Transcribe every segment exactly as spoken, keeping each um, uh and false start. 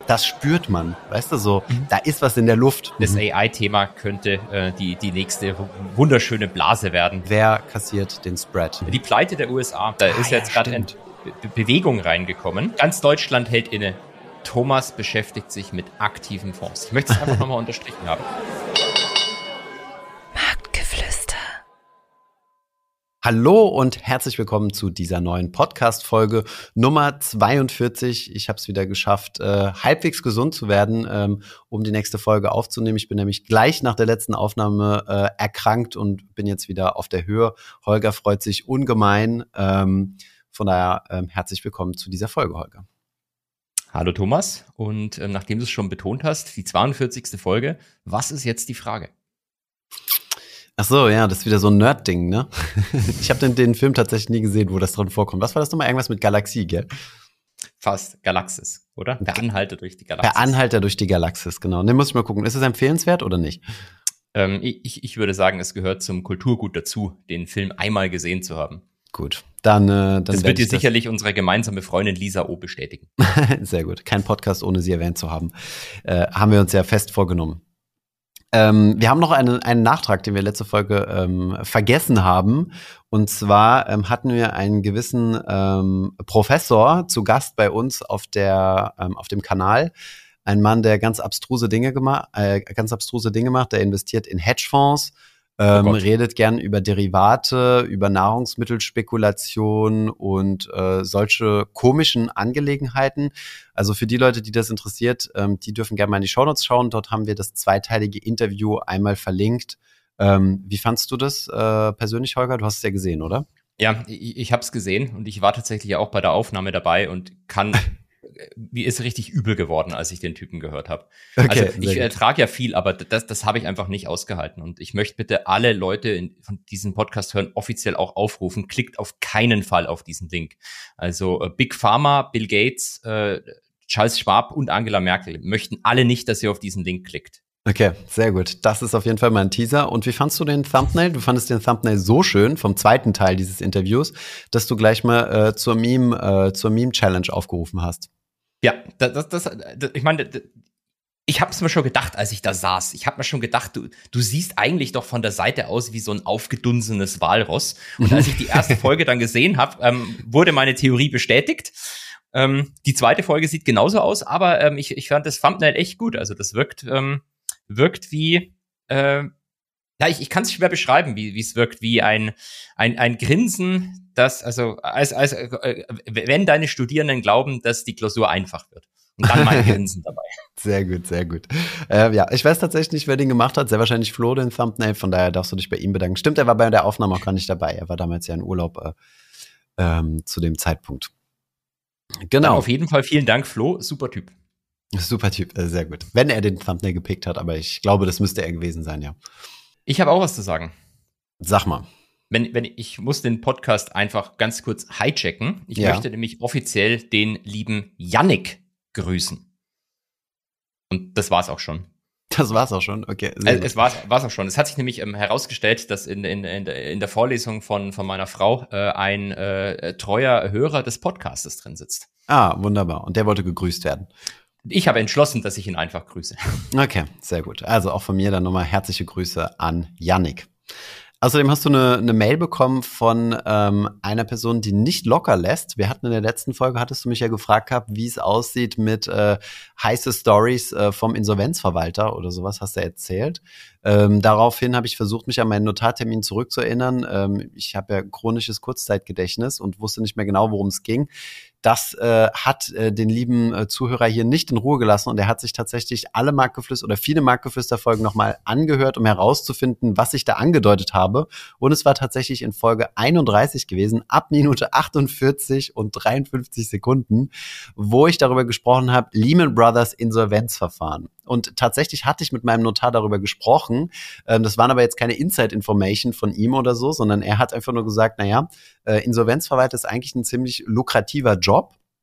Das spürt man, weißt du, so, mhm. da ist was in der Luft. Das mhm. A I-Thema könnte äh, die, die nächste wunderschöne Blase werden. Wer kassiert den Spread? Die Pleite der U S A, da ah, ist ja, jetzt gerade eine Be- Bewegung reingekommen. Ganz Deutschland hält inne. Thomas beschäftigt sich mit aktiven Fonds. Ich möchte es einfach nochmal unterstrichen haben. Hallo und herzlich willkommen zu dieser neuen Podcast-Folge Nummer zweiundvierzig. Ich habe es wieder geschafft, äh, halbwegs gesund zu werden, ähm, um die nächste Folge aufzunehmen. Ich bin nämlich gleich nach der letzten Aufnahme äh, erkrankt und bin jetzt wieder auf der Höhe. Holger freut sich ungemein. Ähm, von daher ähm, herzlich willkommen zu dieser Folge, Holger. Hallo Thomas. Und ähm, nachdem du es schon betont hast, die zweiundvierzigste Folge, was ist jetzt die Frage? Ach so, ja, das ist wieder so ein Nerd-Ding, ne? Ich habe den, den Film tatsächlich nie gesehen, wo das drin vorkommt. Was war das nochmal? Irgendwas mit Galaxie, gell? Fast. Galaxis, oder? Per Anhalter durch die Galaxis. Per Anhalter durch die Galaxis, genau. Den muss ich mal gucken. Ist es empfehlenswert oder nicht? Ähm, ich, ich würde sagen, es gehört zum Kulturgut dazu, den Film einmal gesehen zu haben. Gut, dann, äh, dann das wird dir sicherlich unsere gemeinsame Freundin Lisa O. bestätigen. Sehr gut. Kein Podcast, ohne sie erwähnt zu haben. Äh, haben wir uns ja fest vorgenommen. Ähm, wir haben noch einen, einen Nachtrag, den wir letzte Folge ähm, vergessen haben. Und zwar ähm, hatten wir einen gewissen ähm, Professor zu Gast bei uns auf der ähm, auf dem Kanal. Ein Mann, der ganz abstruse Dinge gemacht, äh, ganz abstruse Dinge macht. Der investiert in Hedgefonds, ähm, oh redet gern über Derivate, über Nahrungsmittelspekulation und äh, solche komischen Angelegenheiten. Also für die Leute, die das interessiert, ähm, die dürfen gerne mal in die Shownotes schauen. Dort haben wir das zweiteilige Interview einmal verlinkt. Ähm, wie fandst du das äh, persönlich, Holger? Du hast es ja gesehen, oder? Ja, ich, ich habe es gesehen und ich war tatsächlich auch bei der Aufnahme dabei und kann mir ist richtig übel geworden, als ich den Typen gehört habe. Okay, also ich ertrage ja viel, aber das, das habe ich einfach nicht ausgehalten. Und ich möchte bitte alle Leute in, von diesem Podcast hören, offiziell auch aufrufen, klickt auf keinen Fall auf diesen Link. Also äh, Big Pharma, Bill Gates, äh, Charles Schwab und Angela Merkel möchten alle nicht, dass ihr auf diesen Link klickt. Okay, sehr gut. Das ist auf jeden Fall mal ein Teaser. Und wie fandst du den Thumbnail? Du fandest den Thumbnail so schön vom zweiten Teil dieses Interviews, dass du gleich mal äh, zur Meme, äh, zur Meme-Challenge aufgerufen hast. Ja, das, das, das ich meine, ich habe es mir schon gedacht, als ich da saß. Ich habe mir schon gedacht, du, du siehst eigentlich doch von der Seite aus wie so ein aufgedunsenes Walross. Und als ich die erste Folge dann gesehen habe, ähm, wurde meine Theorie bestätigt. Ähm, die zweite Folge sieht genauso aus, aber ähm, ich, ich fand das Thumbnail echt gut. Also das wirkt, ähm, wirkt wie, äh, ja, ich, ich kann es schwer beschreiben, wie wie es wirkt, wie ein ein ein Grinsen, das also als als äh, wenn deine Studierenden glauben, dass die Klausur einfach wird. Und dann mein Grinsen dabei. Sehr gut, sehr gut. Äh, ja, ich weiß tatsächlich nicht, wer den gemacht hat. Sehr wahrscheinlich Flo, den Thumbnail. Von daher darfst du dich bei ihm bedanken. Stimmt, er war bei der Aufnahme auch gar nicht dabei. Er war damals ja in Urlaub äh, ähm, zu dem Zeitpunkt. Genau. Dann auf jeden Fall vielen Dank, Flo. Super Typ. Super Typ, äh, sehr gut. Wenn er den Thumbnail gepickt hat, aber ich glaube, das müsste er gewesen sein, ja. Ich habe auch was zu sagen. Sag mal. Wenn, wenn ich muss den Podcast einfach ganz kurz hijacken. Ich ja. möchte nämlich offiziell den lieben Yannick grüßen. Und das war's auch schon. Das war's auch schon, okay. Also, es war's, war's auch schon. Es hat sich nämlich ähm, herausgestellt, dass in, in, in, in der Vorlesung von, von meiner Frau äh, ein äh, treuer Hörer des Podcastes drin sitzt. Ah, wunderbar. Und der wollte gegrüßt werden. Ich habe entschlossen, dass ich ihn einfach grüße. Okay, sehr gut. Also auch von mir dann nochmal herzliche Grüße an Yannick. Außerdem hast du eine, eine Mail bekommen von ähm, einer Person, die nicht locker lässt. Wir hatten in der letzten Folge, hattest du mich ja gefragt gehabt, wie es aussieht mit äh, heiße Stories äh, vom Insolvenzverwalter oder sowas, hast du erzählt. Ähm, daraufhin habe ich versucht, mich an meinen Notartermin zurückzuerinnern. Ähm, ich habe ja chronisches Kurzzeitgedächtnis und wusste nicht mehr genau, worum es ging. Das äh, hat äh, den lieben äh, Zuhörer hier nicht in Ruhe gelassen und er hat sich tatsächlich alle Marktgeflüster oder viele Marktgeflüster-Folgen nochmal angehört, um herauszufinden, was ich da angedeutet habe. Und es war tatsächlich in Folge einunddreißig gewesen, ab Minute achtundvierzig und dreiundfünfzig Sekunden, wo ich darüber gesprochen habe, Lehman Brothers Insolvenzverfahren. Und tatsächlich hatte ich mit meinem Notar darüber gesprochen. Ähm, das waren aber jetzt keine Inside-Information von ihm oder so, sondern er hat einfach nur gesagt, naja, äh, Insolvenzverwalter ist eigentlich ein ziemlich lukrativer Job.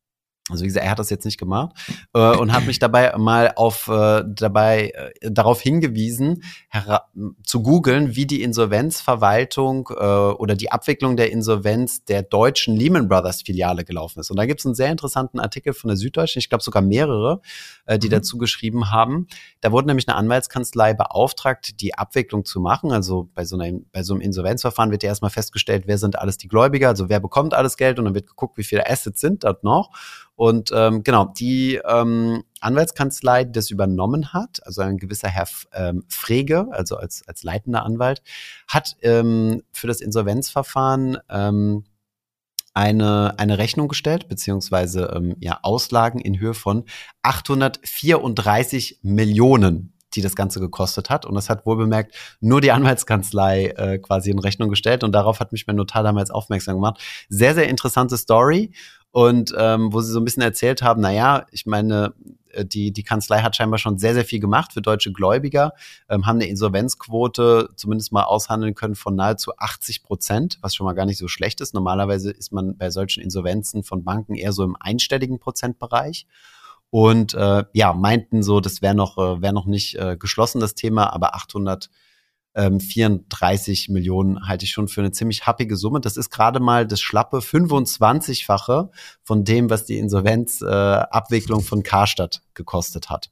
Also wie gesagt, er hat das jetzt nicht gemacht äh, und hat mich dabei mal auf äh, dabei äh, darauf hingewiesen, hera- zu googeln, wie die Insolvenzverwaltung äh, oder die Abwicklung der Insolvenz der deutschen Lehman Brothers Filiale gelaufen ist. Und da gibt es einen sehr interessanten Artikel von der Süddeutschen, ich glaube sogar mehrere, äh, die mhm. dazu geschrieben haben. Da wurde nämlich eine Anwaltskanzlei beauftragt, die Abwicklung zu machen. Also bei so, einer, bei so einem Insolvenzverfahren wird ja erstmal festgestellt, wer sind alles die Gläubiger, also wer bekommt alles Geld und dann wird geguckt, wie viele Assets sind dort noch. Und ähm, genau, die ähm, Anwaltskanzlei, die das übernommen hat, also ein gewisser Herr ähm, Frege, also als als leitender Anwalt, hat ähm, für das Insolvenzverfahren ähm, eine eine Rechnung gestellt, beziehungsweise ähm, ja Auslagen in Höhe von achthundertvierunddreißig Millionen, die das Ganze gekostet hat. Und das hat wohlbemerkt nur die Anwaltskanzlei äh, quasi in Rechnung gestellt. Und darauf hat mich mein Notar damals aufmerksam gemacht. Sehr, sehr interessante Story. Und ähm, wo sie so ein bisschen erzählt haben, na ja, ich meine, die die Kanzlei hat scheinbar schon sehr, sehr viel gemacht für deutsche Gläubiger, ähm, haben eine Insolvenzquote zumindest mal aushandeln können von nahezu achtzig Prozent, was schon mal gar nicht so schlecht ist. Normalerweise ist man bei solchen Insolvenzen von Banken eher so im einstelligen Prozentbereich. Und äh, ja, meinten so, das wäre noch, äh, wär noch nicht äh, geschlossen, das Thema, aber achthundertvierunddreißig Millionen halte ich schon für eine ziemlich happige Summe. Das ist gerade mal das schlappe fünfundzwanzigfache von dem, was die Insolvenzabwicklung äh, von Karstadt gekostet hat.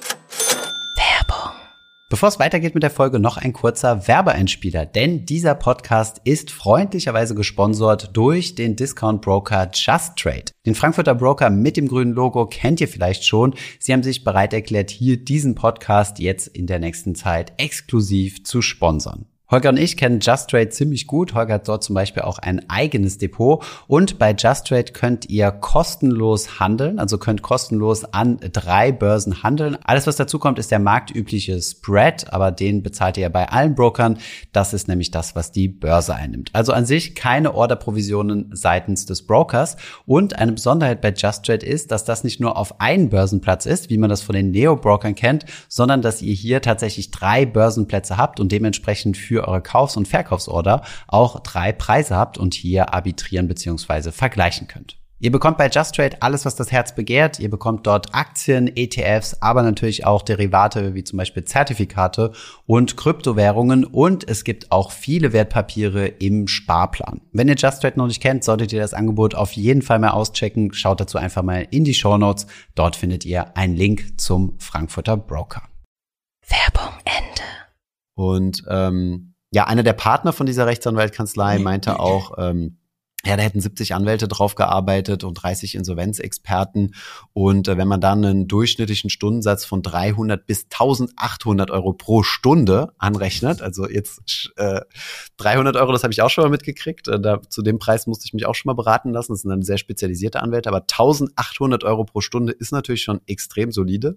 Werbung. Bevor es weitergeht mit der Folge, noch ein kurzer Werbeeinspieler, denn dieser Podcast ist freundlicherweise gesponsert durch den Discount-Broker Just Trade. Den Frankfurter Broker mit dem grünen Logo kennt ihr vielleicht schon. Sie haben sich bereit erklärt, hier diesen Podcast jetzt in der nächsten Zeit exklusiv zu sponsern. Holger und ich kennen Just Trade ziemlich gut. Holger hat dort zum Beispiel auch ein eigenes Depot. Und bei Just Trade könnt ihr kostenlos handeln, also könnt kostenlos an drei Börsen handeln. Alles, was dazu kommt, ist der marktübliche Spread, aber den bezahlt ihr ja bei allen Brokern. Das ist nämlich das, was die Börse einnimmt. Also an sich keine Orderprovisionen seitens des Brokers. Und eine Besonderheit bei Just Trade ist, dass das nicht nur auf einen Börsenplatz ist, wie man das von den Neo-Brokern kennt, sondern dass ihr hier tatsächlich drei Börsenplätze habt und dementsprechend für eure Kaufs- und Verkaufsorder auch drei Preise habt und hier arbitrieren bzw. vergleichen könnt. Ihr bekommt bei Just Trade alles, was das Herz begehrt. Ihr bekommt dort Aktien, E T Fs, aber natürlich auch Derivate wie zum Beispiel Zertifikate und Kryptowährungen. Und es gibt auch viele Wertpapiere im Sparplan. Wenn ihr Just Trade noch nicht kennt, solltet ihr das Angebot auf jeden Fall mal auschecken. Schaut dazu einfach mal in die Shownotes. Dort findet ihr einen Link zum Frankfurter Broker. Werbung Ende. Und ähm, ja, einer der Partner von dieser Rechtsanwaltkanzlei meinte auch, ähm, ja, da hätten siebzig Anwälte drauf gearbeitet und dreißig Insolvenzexperten. Und äh, wenn man dann einen durchschnittlichen Stundensatz von dreihundert bis eintausendachthundert Euro pro Stunde anrechnet, also jetzt äh, dreihundert Euro, das habe ich auch schon mal mitgekriegt. Äh, da, zu dem Preis musste ich mich auch schon mal beraten lassen. Das sind dann sehr spezialisierte Anwälte. Aber eintausendachthundert Euro pro Stunde ist natürlich schon extrem solide.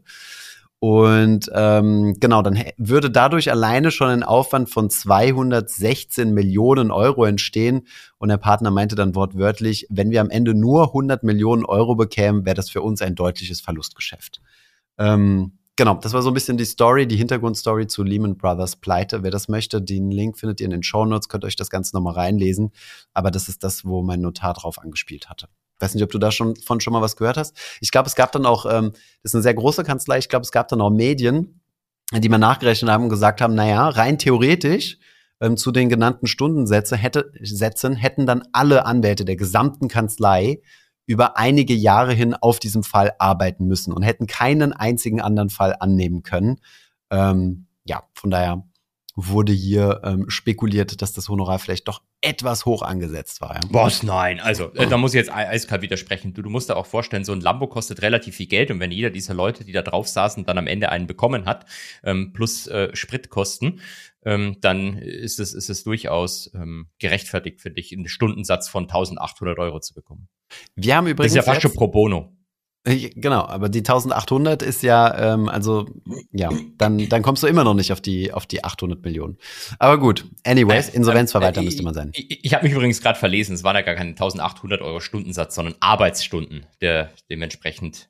Und ähm, genau, dann würde dadurch alleine schon ein Aufwand von zweihundertsechzehn Millionen Euro entstehen. Und der Partner meinte dann wortwörtlich, wenn wir am Ende nur hundert Millionen Euro bekämen, wäre das für uns ein deutliches Verlustgeschäft. Ähm, genau, das war so ein bisschen die Story, die Hintergrundstory zu Lehman Brothers Pleite. Wer das möchte, den Link findet ihr in den Shownotes, könnt euch das Ganze nochmal reinlesen. Aber das ist das, wo mein Notar drauf angespielt hatte. Ich weiß nicht, ob du da schon von schon mal was gehört hast. Ich glaube, es gab dann auch, ähm, das ist eine sehr große Kanzlei, ich glaube, es gab dann auch Medien, die mal nachgerechnet haben und gesagt haben, naja, rein theoretisch ähm, zu den genannten Stundensätze hätte, Sätzen hätten dann alle Anwälte der gesamten Kanzlei über einige Jahre hin auf diesem Fall arbeiten müssen und hätten keinen einzigen anderen Fall annehmen können. Ähm, ja, von daher wurde hier ähm, spekuliert, dass das Honorar vielleicht doch etwas hoch angesetzt war. Ja. Was? Nein. Also, äh, da muss ich jetzt eiskalt widersprechen. Du, du musst dir auch vorstellen, so ein Lambo kostet relativ viel Geld und wenn jeder dieser Leute, die da drauf saßen, dann am Ende einen bekommen hat, ähm, plus äh, Spritkosten, ähm, dann ist es, ist es durchaus ähm, gerechtfertigt, finde ich, einen Stundensatz von eintausendachthundert Euro zu bekommen. Wir haben übrigens das ist ja fast schon pro bono. Genau, aber die eintausendachthundert ist ja, ähm, also, ja, dann, dann kommst du immer noch nicht auf die, auf die achthundert Millionen. Aber gut, anyways, Insolvenzverwalter äh, äh, müsste man sein. Ich, ich habe mich übrigens gerade verlesen, es waren ja gar keine eintausendachthundert Euro Stundensatz, sondern Arbeitsstunden, der dementsprechend.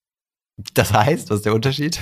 Das heißt, was ist der Unterschied?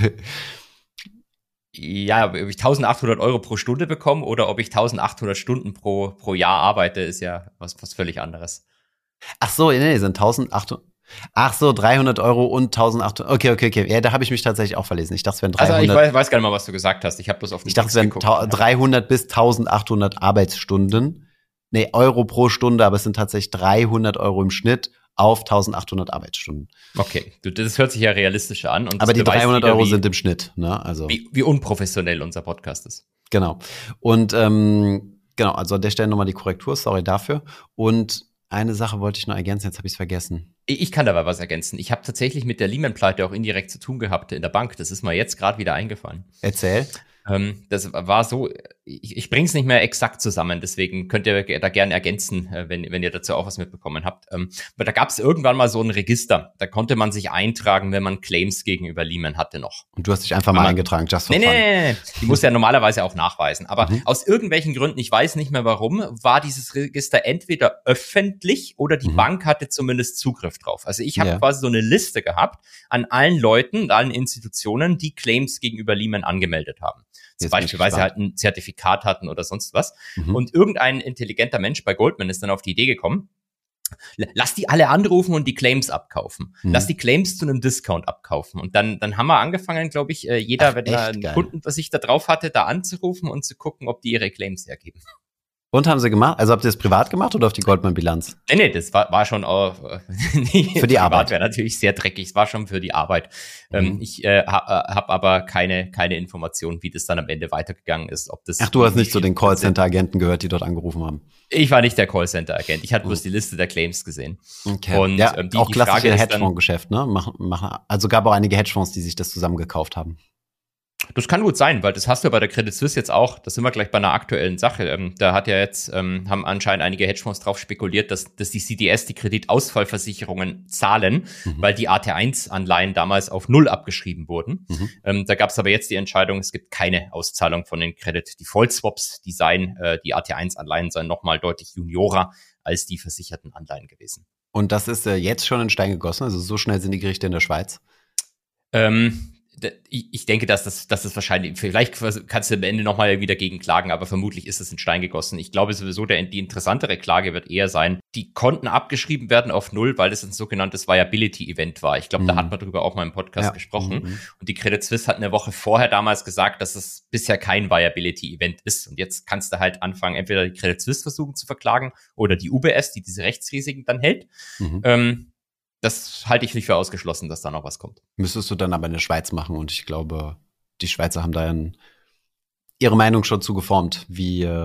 Ja, ob ich eintausendachthundert Euro pro Stunde bekomme oder ob ich eintausendachthundert Stunden pro, pro Jahr arbeite, ist ja was, was völlig anderes. Ach so, nee, sind eintausendachthundert. Ach so, dreihundert Euro und eintausendachthundert. Okay, okay, okay. Ja, da habe ich mich tatsächlich auch verlesen. Ich dachte, es wären dreihundert. Also ich weiß, weiß gar nicht mal, was du gesagt hast. Ich habe bloß auf den Ich dachte, es wären dreihundert bis eintausendachthundert Arbeitsstunden. Nee, Euro pro Stunde, aber es sind tatsächlich dreihundert Euro im Schnitt auf eintausendachthundert Arbeitsstunden. Okay, das hört sich ja realistischer an. Und aber die dreihundert Euro wie, sind im Schnitt, ne? Also wie, wie unprofessionell unser Podcast ist. Genau. Und ähm, genau, also an der Stelle nochmal die Korrektur, sorry dafür. Und eine Sache wollte ich noch ergänzen, jetzt habe ich es vergessen. Ich kann dabei was ergänzen. Ich habe tatsächlich mit der Lehman-Pleite auch indirekt zu tun gehabt in der Bank. Das ist mir jetzt gerade wieder eingefallen. Erzähl. Ähm, das war so, ich, ich bringe es nicht mehr exakt zusammen, deswegen könnt ihr da gerne ergänzen, wenn, wenn ihr dazu auch was mitbekommen habt. Ähm, aber da gab es irgendwann mal so ein Register, da konnte man sich eintragen, wenn man Claims gegenüber Lehman hatte noch. Und du hast dich einfach mal man, eingetragen, just for nee, fun. Nee, nee, nee, die muss ja normalerweise auch nachweisen. Aber mhm. aus irgendwelchen Gründen, ich weiß nicht mehr warum, war dieses Register entweder öffentlich oder die mhm. Bank hatte zumindest Zugriff drauf. Also ich habe ja. quasi so eine Liste gehabt an allen Leuten, allen Institutionen, die Claims gegenüber Lehman angemeldet haben. Zum Beispiel, weil sie halt ein Zertifikat hatten oder sonst was. Mhm. Und irgendein intelligenter Mensch bei Goldman ist dann auf die Idee gekommen, lass die alle anrufen und die Claims abkaufen. Mhm. Lass die Claims zu einem Discount abkaufen. Und dann, dann haben wir angefangen, glaube ich, jeder, Ach, wenn er einen geil. Kunden, was ich da drauf hatte, da anzurufen und zu gucken, ob die ihre Claims hergeben. Und haben sie gemacht? Also habt ihr das privat gemacht oder auf die Goldman-Bilanz? Nee, nee, das war, war schon auf, nee, für die Arbeit. Wäre natürlich sehr dreckig. Es war schon für die Arbeit. Mhm. Ähm, ich äh, habe hab aber keine keine Informationen, wie das dann am Ende weitergegangen ist. Ob das Ach, du hast nicht zu den Callcenter-Agenten gehört, die dort angerufen haben? Ich war nicht der Callcenter-Agent. Ich hatte mhm. bloß die Liste der Claims gesehen. Okay. Und ja, ähm, die, auch die klassische Hedgefonds-Geschäft, ne? Mach, mach, also gab auch einige Hedgefonds, die sich das zusammengekauft haben. Das kann gut sein, weil das hast du ja bei der Credit Suisse jetzt auch. Da sind wir gleich bei einer aktuellen Sache. Ähm, da hat ja jetzt, ähm, haben anscheinend einige Hedgefonds drauf spekuliert, dass, dass die C D S, die Kreditausfallversicherungen, zahlen, mhm. weil die A T eins Anleihen damals auf Null abgeschrieben wurden. Mhm. Ähm, da gab es aber jetzt die Entscheidung, es gibt keine Auszahlung von den Credit Default Swaps. Die seien, äh, die A T eins Anleihen seien nochmal deutlich juniorer als die versicherten Anleihen gewesen. Und das ist äh, jetzt schon in Stein gegossen? Also so schnell sind die Gerichte in der Schweiz? Ähm, Ich denke, dass das, dass das wahrscheinlich, vielleicht kannst du am Ende nochmal irgendwie dagegen klagen, aber vermutlich ist es in Stein gegossen. Ich glaube sowieso, der, die interessantere Klage wird eher sein, die konnten abgeschrieben werden auf Null, weil es ein sogenanntes Viability-Event war. Ich glaube, mhm. da hat man drüber auch mal im Podcast ja. gesprochen. Mhm. Und die Credit Suisse hat eine Woche vorher damals gesagt, dass es bisher kein Viability-Event ist. Und jetzt kannst du halt anfangen, entweder die Credit Suisse versuchen zu verklagen oder die U B S, die diese Rechtsrisiken dann hält. Mhm. Ähm, Das halte ich nicht für ausgeschlossen, dass da noch was kommt. Müsstest du dann aber in der Schweiz machen und ich glaube, die Schweizer haben da ein, ihre Meinung schon zu geformt, wie äh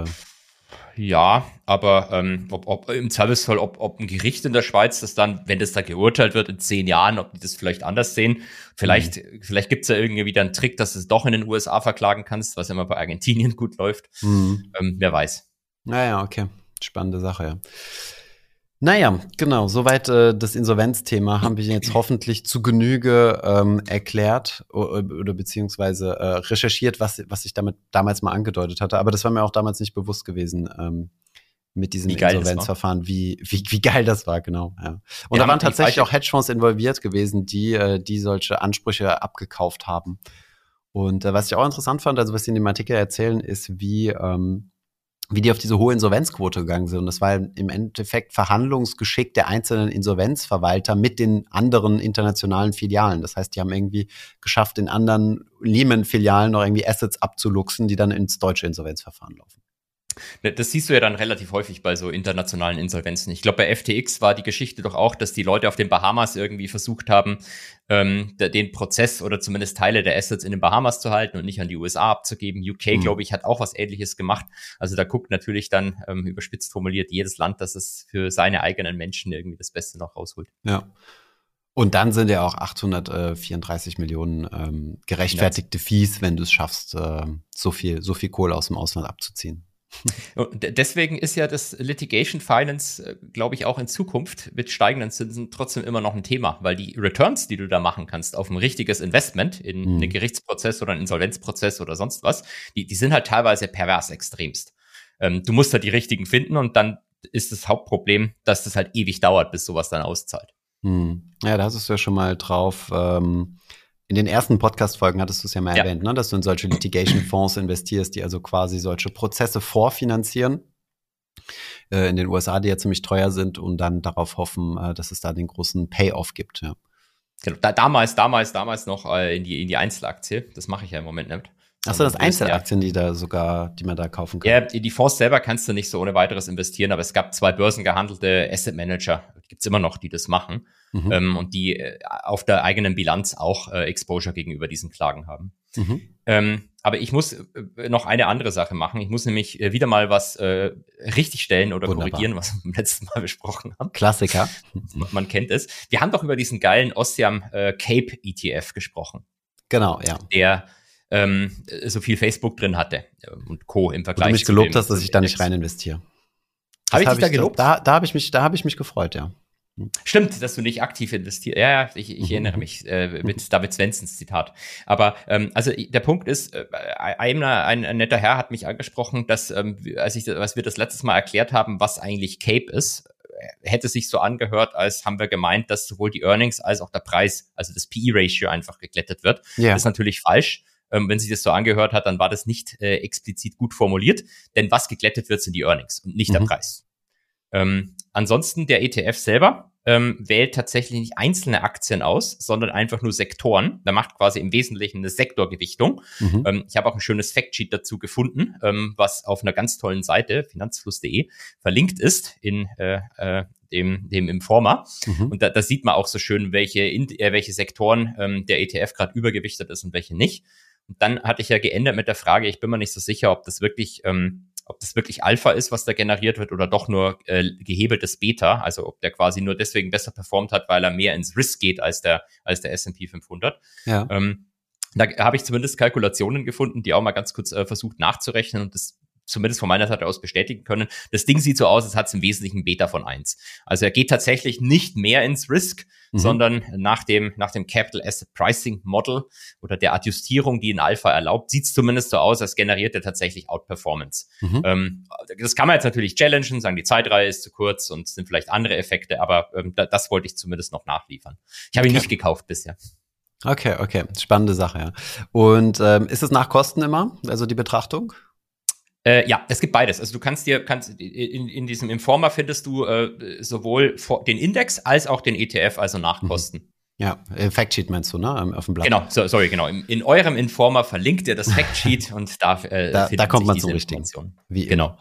ja, aber ähm, ob, ob im Zweifelsfall, ob, ob ein Gericht in der Schweiz das dann, wenn das da geurteilt wird in zehn Jahren, ob die das vielleicht anders sehen. Vielleicht, mhm. vielleicht gibt's ja irgendwie wieder einen Trick, dass du es doch in den U S A verklagen kannst, was immer bei Argentinien gut läuft. Mhm. Ähm, wer weiß. Naja, okay. Spannende Sache, ja. Naja, genau, soweit äh, das Insolvenzthema haben wir jetzt hoffentlich zu Genüge ähm, erklärt oder, oder beziehungsweise äh, recherchiert, was, was ich damit damals mal angedeutet hatte. Aber das war mir auch damals nicht bewusst gewesen ähm, mit diesem Insolvenzverfahren, wie, wie, wie geil das war, genau. Ja. Und ja, da waren tatsächlich auch Hedgefonds involviert gewesen, die, äh, die solche Ansprüche abgekauft haben. Und äh, was ich auch interessant fand, also was sie in dem Artikel erzählen, ist, wie ähm, wie die auf diese hohe Insolvenzquote gegangen sind. Und das war im Endeffekt Verhandlungsgeschick der einzelnen Insolvenzverwalter mit den anderen internationalen Filialen. Das heißt, die haben irgendwie geschafft, in anderen Lehman-Filialen noch irgendwie Assets abzuluxen, die dann ins deutsche Insolvenzverfahren laufen. Das siehst du ja dann relativ häufig bei so internationalen Insolvenzen. Ich glaube, bei F T X war die Geschichte doch auch, dass die Leute auf den Bahamas irgendwie versucht haben, ähm, den Prozess oder zumindest Teile der Assets in den Bahamas zu halten und nicht an die U S A abzugeben. U K, mhm. glaube ich, hat auch was Ähnliches gemacht. Also da guckt natürlich dann, ähm, überspitzt formuliert, jedes Land, dass es für seine eigenen Menschen irgendwie das Beste noch rausholt. Ja. Und dann sind ja auch achthundertvierunddreißig Millionen ähm, gerechtfertigte Fees, wenn du es schaffst, äh, so viel, so viel Kohle aus dem Ausland abzuziehen. Und deswegen ist ja das Litigation Finance, glaube ich, auch in Zukunft mit steigenden Zinsen trotzdem immer noch ein Thema, weil die Returns, die du da machen kannst auf ein richtiges Investment in mhm. einen Gerichtsprozess oder einen Insolvenzprozess oder sonst was, die, die sind halt teilweise pervers extremst. Ähm, du musst da die richtigen finden und dann ist das Hauptproblem, dass das halt ewig dauert, bis sowas dann auszahlt. Mhm. Ja, da hast du ja schon mal drauf. Ähm In den ersten Podcast-Folgen hattest du es ja mal ja. erwähnt, ne, dass du in solche Litigation-Fonds investierst, die also quasi solche Prozesse vorfinanzieren. äh, in den U S A, die ja ziemlich teuer sind und dann darauf hoffen, äh, dass es da den großen Payoff gibt, ja. Genau, da, damals, damals, damals noch äh, in die in die Einzelaktie. Das mache ich ja im Moment nicht. Achso, das Einzelaktien, die da sogar, die man da kaufen kann. Ja, die Fonds selber kannst du nicht so ohne weiteres investieren, aber es gab zwei börsengehandelte Asset Manager, gibt's immer noch, die das machen, mhm. ähm, und die äh, auf der eigenen Bilanz auch äh, Exposure gegenüber diesen Klagen haben. Mhm. Ähm, aber ich muss äh, noch eine andere Sache machen. Ich muss nämlich äh, wieder mal was äh, richtigstellen oder Wunderbar. korrigieren, was wir beim letzten Mal besprochen haben. Klassiker. Man kennt es. Wir haben doch über diesen geilen Ossiam äh, Cape E T F gesprochen. Genau, ja. Der ähm, so viel Facebook drin hatte und Co. im Vergleich. Wo du mich gelobt hast, dass ich da nicht rein investiere. Habe ich dich da gelobt? Da, da habe ich mich, da habe ich mich gefreut, ja. Stimmt, dass du nicht aktiv investierst. Ja, ja, ich, ich erinnere mich äh, mit David Svensons Zitat. Aber ähm, also der Punkt ist, äh, ein, ein, ein netter Herr hat mich angesprochen, dass ähm, als ich, als wir das letztes Mal erklärt haben, was eigentlich Cape ist, hätte sich so angehört, als haben wir gemeint, dass sowohl die Earnings als auch der Preis, also das P E-Ratio einfach geglättet wird. Ja. Das ist natürlich falsch. Ähm, wenn sich das so angehört hat, dann war das nicht äh, explizit gut formuliert, denn was geglättet wird, sind die Earnings und nicht mhm. der Preis. Ähm, ansonsten der E T F selber ähm, wählt tatsächlich nicht einzelne Aktien aus, sondern einfach nur Sektoren. Der macht quasi im Wesentlichen eine Sektorgewichtung. Mhm. Ähm, ich habe auch ein schönes Factsheet dazu gefunden, ähm, was auf einer ganz tollen Seite, finanzfluss punkt de, verlinkt ist in äh, äh, dem, dem Informer. Mhm. Und da, da sieht man auch so schön, welche, in, äh, welche Sektoren ähm, der E T F gerade übergewichtet ist und welche nicht. Und dann hatte ich ja geändert mit der Frage, ich bin mir nicht so sicher, ob das wirklich, ähm, ob das wirklich Alpha ist, was da generiert wird, oder doch nur äh, gehebeltes Beta, also ob der quasi nur deswegen besser performt hat, weil er mehr ins Risk geht als der als der S and P fünfhundert. Ja. Ähm, da habe ich zumindest Kalkulationen gefunden, die auch mal ganz kurz äh, versucht nachzurechnen und das zumindest von meiner Seite aus bestätigen können. Das Ding sieht so aus, als hat es im Wesentlichen Beta von eins. Also er geht tatsächlich nicht mehr ins Risk, mhm. sondern nach dem nach dem Capital Asset Pricing Model oder der Adjustierung, die in Alpha erlaubt, sieht es zumindest so aus, als generiert er tatsächlich Outperformance. Mhm. Ähm, das kann man jetzt natürlich challengen, sagen, die Zeitreihe ist zu kurz und es sind vielleicht andere Effekte, aber ähm, da, das wollte ich zumindest noch nachliefern. Ich habe ihn okay. nicht gekauft bisher. Okay, okay. Spannende Sache, ja. Und ähm, ist es nach Kosten immer, also die Betrachtung? Äh, ja, es gibt beides. Also du kannst dir, kannst in, in diesem Informer findest du äh, sowohl den Index als auch den E T F, also nach Kosten. Ja, Factsheet meinst du, ne? Auf dem Blatt. Genau, so, sorry, genau. In, in eurem Informer verlinkt ihr das Factsheet und da äh, da, da kommt man zum Richtigen. Wie genau.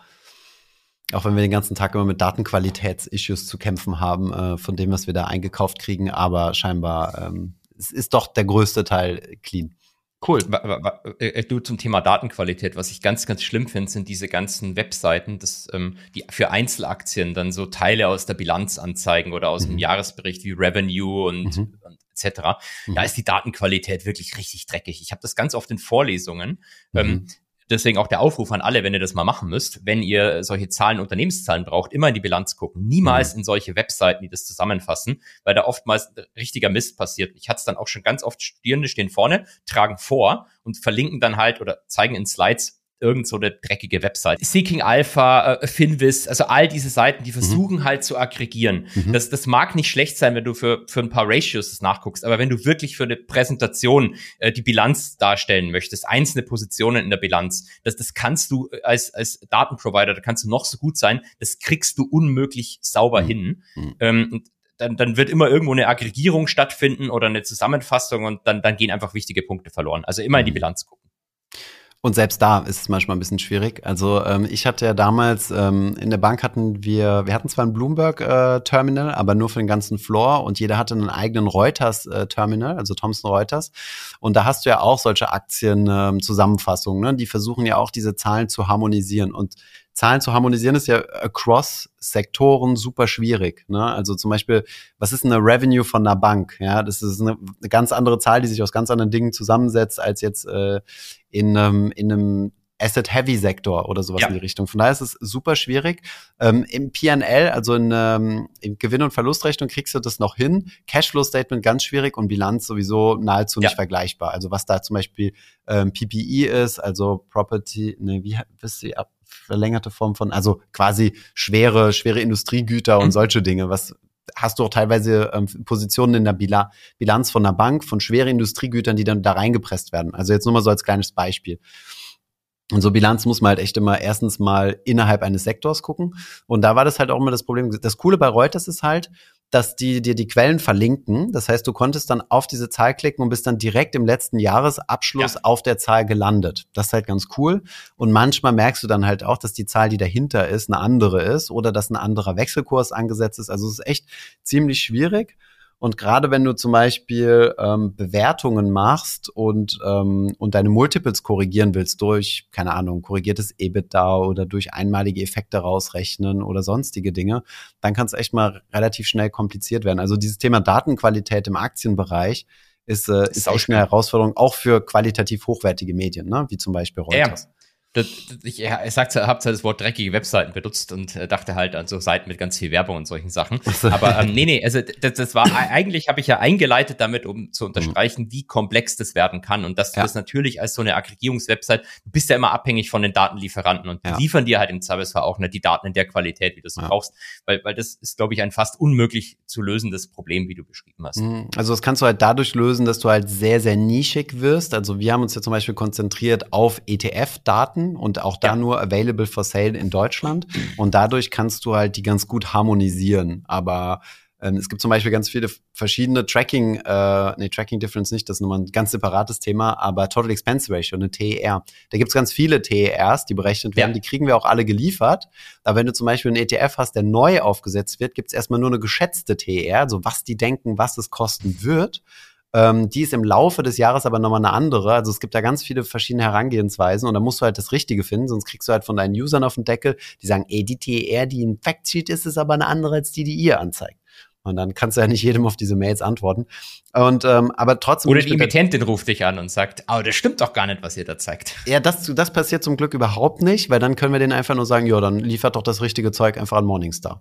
Auch wenn wir den ganzen Tag immer mit Datenqualitäts-Issues zu kämpfen haben, äh, von dem, was wir da eingekauft kriegen, aber scheinbar ähm, es ist doch der größte Teil clean. Cool. Du, zum Thema Datenqualität, was ich ganz, ganz schlimm finde, sind diese ganzen Webseiten, das, ähm, die für Einzelaktien dann so Teile aus der Bilanz anzeigen oder aus mhm. dem Jahresbericht wie Revenue und, mhm. und et cetera. Mhm. Da ist die Datenqualität wirklich richtig dreckig. Ich habe das ganz oft in Vorlesungen. Mhm. Ähm, Deswegen auch der Aufruf an alle, wenn ihr das mal machen müsst, wenn ihr solche Zahlen, Unternehmenszahlen braucht, immer in die Bilanz gucken. Niemals mhm. in solche Webseiten, die das zusammenfassen, weil da oftmals richtiger Mist passiert. Ich hatte es dann auch schon ganz oft, Studierende stehen vorne, tragen vor und verlinken dann halt oder zeigen in Slides irgend so eine dreckige Website. Seeking Alpha, äh, Finviz, also all diese Seiten, die versuchen mhm. halt zu aggregieren. Mhm. Das, das mag nicht schlecht sein, wenn du für, für ein paar Ratios das nachguckst, aber wenn du wirklich für eine Präsentation äh, die Bilanz darstellen möchtest, einzelne Positionen in der Bilanz, das, das kannst du als, als Datenprovider, da kannst du noch so gut sein, das kriegst du unmöglich sauber mhm. hin. Mhm. Ähm, und dann, dann wird immer irgendwo eine Aggregierung stattfinden oder eine Zusammenfassung und dann, dann gehen einfach wichtige Punkte verloren. Also immer in die Bilanz gucken. Und selbst da ist es manchmal ein bisschen schwierig. Also ähm, ich hatte ja damals, ähm, in der Bank hatten wir, wir hatten zwar ein Bloomberg-Terminal, äh, aber nur für den ganzen Floor und jeder hatte einen eigenen Reuters-Terminal, äh, also Thomson Reuters. Und da hast du ja auch solche Aktien-Zusammenfassungen, ne? Die versuchen ja auch diese Zahlen zu harmonisieren. Und Zahlen zu harmonisieren ist ja across Sektoren super schwierig, ne? Also zum Beispiel, was ist eine Revenue von einer Bank? Ja, das ist eine, eine ganz andere Zahl, die sich aus ganz anderen Dingen zusammensetzt als jetzt äh, in einem in einem Asset-Heavy-Sektor oder sowas ja. in die Richtung. Von daher ist es super schwierig. Ähm, im P and L, also in, ähm, in Gewinn- und Verlustrechnung kriegst du das noch hin. Cashflow-Statement ganz schwierig und Bilanz sowieso nahezu ja. nicht vergleichbar. Also was da zum Beispiel ähm, P P E ist, also Property, ne, wie wisst ihr ab? Verlängerte Form von, also quasi schwere, schwere Industriegüter und solche Dinge. Was hast du auch teilweise ähm, Positionen in der Bila- Bilanz von einer Bank, von schweren Industriegütern, die dann da reingepresst werden. Also jetzt nur mal so als kleines Beispiel. Und so Bilanz muss man halt echt immer erstens mal innerhalb eines Sektors gucken. Und da war das halt auch immer das Problem. Das Coole bei Reuters ist halt, dass die dir die Quellen verlinken. Das heißt, du konntest dann auf diese Zahl klicken und bist dann direkt im letzten Jahresabschluss ja. auf der Zahl gelandet. Das ist halt ganz cool. Und manchmal merkst du dann halt auch, dass die Zahl, die dahinter ist, eine andere ist oder dass ein anderer Wechselkurs angesetzt ist. Also es ist echt ziemlich schwierig. Und gerade wenn du zum Beispiel ähm, Bewertungen machst und ähm, und deine Multiples korrigieren willst durch, keine Ahnung, korrigiertes EBITDA oder durch einmalige Effekte rausrechnen oder sonstige Dinge, dann kann es echt mal relativ schnell kompliziert werden. Also dieses Thema Datenqualität im Aktienbereich ist, äh, ist echt eine Herausforderung, auch für qualitativ hochwertige Medien, ne? Wie zum Beispiel Reuters. Ja. Das, das, ich ja, ich sag's, hab zwar das Wort dreckige Webseiten benutzt und äh, dachte halt an so Seiten mit ganz viel Werbung und solchen Sachen. Aber ähm, nee, nee, also das, das war eigentlich habe ich ja eingeleitet damit, um zu unterstreichen, wie komplex das werden kann und dass du ja. das natürlich als so eine Aggregierungswebsite, du bist ja immer abhängig von den Datenlieferanten und die ja. liefern dir halt im Zweifelsfall auch nicht die Daten in der Qualität, wie du es ja. brauchst, weil weil das ist, glaube ich, ein fast unmöglich zu lösendes Problem, wie du beschrieben hast. Also das kannst du halt dadurch lösen, dass du halt sehr, sehr nischig wirst. Also wir haben uns ja zum Beispiel konzentriert auf E T F-Daten und auch da ja. nur available for sale in Deutschland. Und dadurch kannst du halt die ganz gut harmonisieren. Aber ähm, es gibt zum Beispiel ganz viele verschiedene Tracking, äh, nee, Tracking Difference nicht, das ist nochmal ein ganz separates Thema, aber Total Expense Ratio, eine T E R. Da gibt es ganz viele T E Rs, die berechnet werden, ja. die kriegen wir auch alle geliefert. Aber wenn du zum Beispiel einen E T F hast, der neu aufgesetzt wird, gibt es erstmal nur eine geschätzte T E R, also was die denken, was es kosten wird. Ähm, die ist im Laufe des Jahres aber nochmal eine andere. Also es gibt da ganz viele verschiedene Herangehensweisen und da musst du halt das Richtige finden, sonst kriegst du halt von deinen Usern auf den Deckel, die sagen, ey, die T E R, die im Factsheet ist, ist aber eine andere als die, die ihr anzeigt. Und dann kannst du ja nicht jedem auf diese Mails antworten. Und ähm, aber trotzdem. Oder die Emittentin ruft dich an und sagt, oh, das stimmt doch gar nicht, was ihr da zeigt. Ja, das, das passiert zum Glück überhaupt nicht, weil dann können wir denen einfach nur sagen, ja, dann liefert doch das richtige Zeug einfach an Morningstar.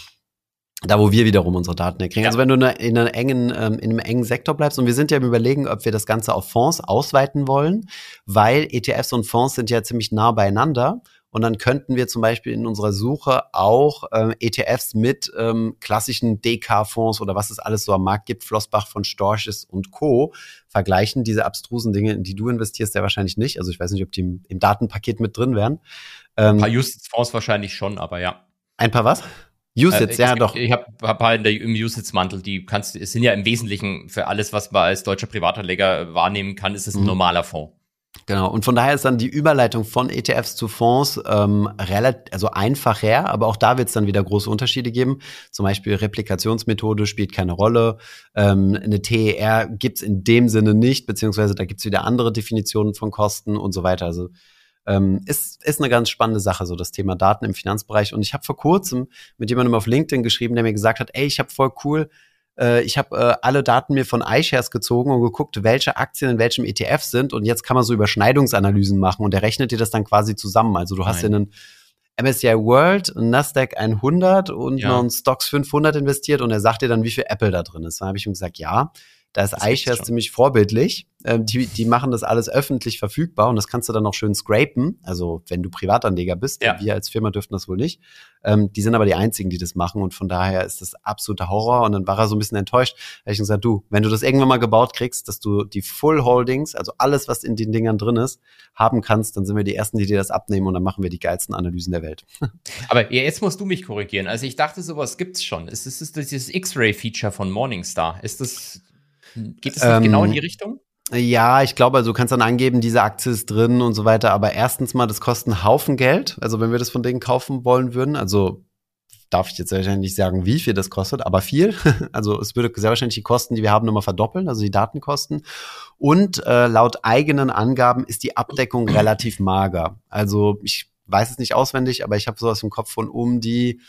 Da, wo wir wiederum unsere Daten herkriegen. Ja. Also wenn du in, einer, in, einer engen, ähm, in einem engen Sektor bleibst, und wir sind ja im Überlegen, ob wir das Ganze auf Fonds ausweiten wollen, weil E T Fs und Fonds sind ja ziemlich nah beieinander. Und dann könnten wir zum Beispiel in unserer Suche auch ähm, E T Fs mit ähm, klassischen D K-Fonds oder was es alles so am Markt gibt, Flossbach von Storches und Co. vergleichen. Diese abstrusen Dinge, in die du investierst, ja wahrscheinlich nicht. Also ich weiß nicht, ob die im, im Datenpaket mit drin wären. Ähm, ein paar Usage-Fonds wahrscheinlich schon, aber ja. Ein paar was? Usage, äh, ja gibt, doch. Ich habe hab halt im Usage-Mantel, die kannst, es sind ja im Wesentlichen für alles, was man als deutscher Privatanleger wahrnehmen kann, ist es ein mhm. normaler Fonds. Genau, und von daher ist dann die Überleitung von E T Fs zu Fonds ähm, relativ, also einfacher, aber auch da wird es dann wieder große Unterschiede geben. Zum Beispiel Replikationsmethode spielt keine Rolle. Ähm, eine T E R gibt's in dem Sinne nicht, beziehungsweise da gibt's wieder andere Definitionen von Kosten und so weiter. Also ähm, ist, ist eine ganz spannende Sache, so das Thema Daten im Finanzbereich. Und ich habe vor kurzem mit jemandem auf LinkedIn geschrieben, der mir gesagt hat, ey, ich habe voll cool Ich habe äh, alle Daten mir von iShares gezogen und geguckt, welche Aktien in welchem E T F sind. Und jetzt kann man so Überschneidungsanalysen machen und der rechnet dir das dann quasi zusammen. Also du hast in einen M S C I World, einen Nasdaq hundert und ja. noch einen Stocks fünfhundert investiert und er sagt dir dann, wie viel Apple da drin ist. Dann habe ich ihm gesagt, ja, da ist iShares ziemlich vorbildlich. Ähm, die, die machen das alles öffentlich verfügbar und das kannst du dann auch schön scrapen. Also wenn du Privatanleger bist, ja. wir als Firma dürften das wohl nicht. Ähm, die sind aber die einzigen, die das machen und von daher ist das absoluter Horror. Und dann war er so ein bisschen enttäuscht. Da habe ich gesagt, du, wenn du das irgendwann mal gebaut kriegst, dass du die Full Holdings, also alles, was in den Dingern drin ist, haben kannst, dann sind wir die Ersten, die dir das abnehmen und dann machen wir die geilsten Analysen der Welt. Aber jetzt musst du mich korrigieren. Also ich dachte, sowas gibt's schon. Ist das ist dieses X-Ray-Feature von Morningstar? Ist das, geht es nicht ähm, genau in die Richtung? Ja, ich glaube, also du kannst dann angeben, diese Aktie ist drin und so weiter, aber erstens mal, das kostet einen Haufen Geld, also wenn wir das von denen kaufen wollen würden, also darf ich jetzt wahrscheinlich nicht sagen, wie viel das kostet, aber viel, also es würde sehr wahrscheinlich die Kosten, die wir haben, nochmal verdoppeln, also die Datenkosten und äh, laut eigenen Angaben ist die Abdeckung relativ mager, also ich weiß es nicht auswendig, aber ich habe sowas im Kopf von um die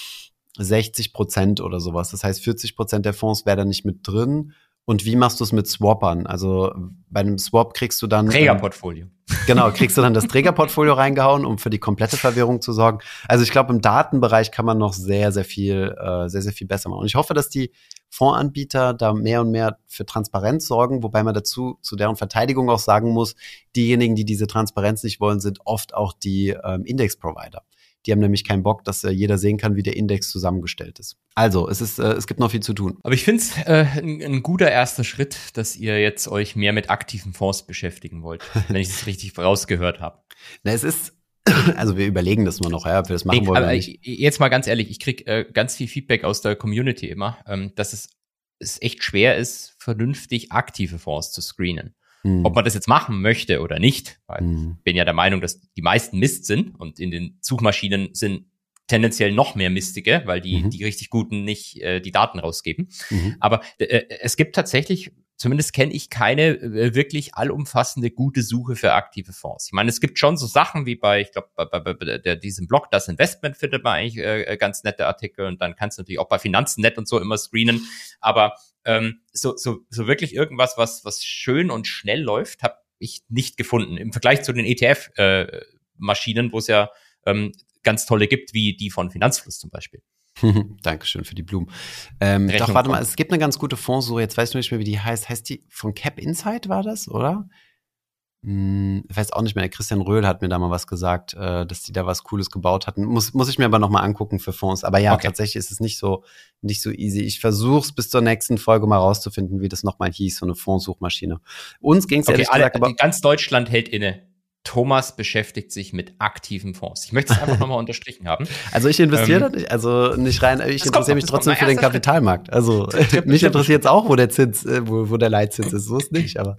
sechzig Prozent oder sowas, das heißt vierzig Prozent der Fonds wäre da nicht mit drin. Und wie machst du es mit Swappern? Also bei einem Swap kriegst du dann Trägerportfolio. Ähm, genau, kriegst du dann das Trägerportfolio reingehauen, um für die komplette Verwirrung zu sorgen. Also ich glaube, im Datenbereich kann man noch sehr, sehr viel, äh, sehr, sehr viel besser machen. Und ich hoffe, dass die Fondsanbieter da mehr und mehr für Transparenz sorgen, wobei man dazu zu deren Verteidigung auch sagen muss, diejenigen, die diese Transparenz nicht wollen, sind oft auch die ähm, Index-Provider. Die haben nämlich keinen Bock, dass äh, jeder sehen kann, wie der Index zusammengestellt ist. Also, es ist, äh, es gibt noch viel zu tun. Aber ich finde es äh, ein, ein guter erster Schritt, dass ihr jetzt euch mehr mit aktiven Fonds beschäftigen wollt, wenn ich das richtig rausgehört habe. Na, es ist, also wir überlegen das nur noch, ja, ob wir das machen nee, wollen aber oder nicht. Jetzt mal ganz ehrlich, ich krieg äh, ganz viel Feedback aus der Community immer, ähm, dass es, es echt schwer ist, vernünftig aktive Fonds zu screenen. Hm. Ob man das jetzt machen möchte oder nicht, weil hm. ich bin ja der Meinung, dass die meisten Mist sind und in den Suchmaschinen sind tendenziell noch mehr Mistige, weil die, mhm. die richtig Guten nicht äh, die Daten rausgeben. Mhm. Aber äh, es gibt tatsächlich, zumindest kenne ich keine äh, wirklich allumfassende gute Suche für aktive Fonds. Ich meine, es gibt schon so Sachen wie bei, ich glaube, bei, bei, bei der, diesem Blog, das Investment, findet man eigentlich äh, ganz nette Artikel und dann kannst du natürlich auch bei Finanzen.net und so immer screenen. Aber ähm, so, so, so wirklich irgendwas, was, was schön und schnell läuft, habe ich nicht gefunden. Im Vergleich zu den E T F-Maschinen, äh, wo es ja ähm, ganz tolle gibt, wie die von Finanzfluss zum Beispiel. Dankeschön für die Blumen. Ähm, doch, warte mal, es gibt eine ganz gute Fondssuche, jetzt weiß ich nicht mehr, wie die heißt. Heißt die von Cap Insight war das, oder? Hm, ich weiß auch nicht mehr, der Christian Röhl hat mir da mal was gesagt, äh, dass die da was Cooles gebaut hatten. Muss, muss ich mir aber noch mal angucken für Fonds. Aber ja, okay. Tatsächlich ist es nicht so, nicht so easy. Ich versuche es bis zur nächsten Folge mal rauszufinden, wie das nochmal hieß, so eine Fondssuchmaschine. Uns ging es okay, ehrlich alle, gesagt, aber ganz Deutschland hält inne. Thomas beschäftigt sich mit aktiven Fonds. Ich möchte es einfach nochmal unterstrichen haben. Also ich investiere ähm, da nicht, also nicht rein, ich interessiere mich trotzdem für den Kapitalmarkt. Also mich interessiert es auch, wo der Zins, wo, wo der Leitzins ist, so ist nicht, aber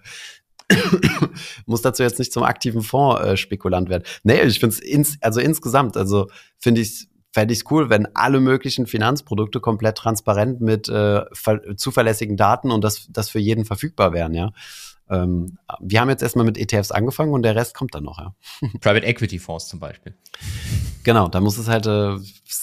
muss dazu jetzt nicht zum aktiven Fonds-Spekulant werden. Nee, ich finde es, ins, also insgesamt, also finde ich fände ich es cool, wenn alle möglichen Finanzprodukte komplett transparent mit äh, zuverlässigen Daten und das, das für jeden verfügbar wären, ja. Ähm, wir haben jetzt erstmal mit E T Fs angefangen und der Rest kommt dann noch, ja. Private Equity Fonds zum Beispiel. Genau, da muss es halt äh,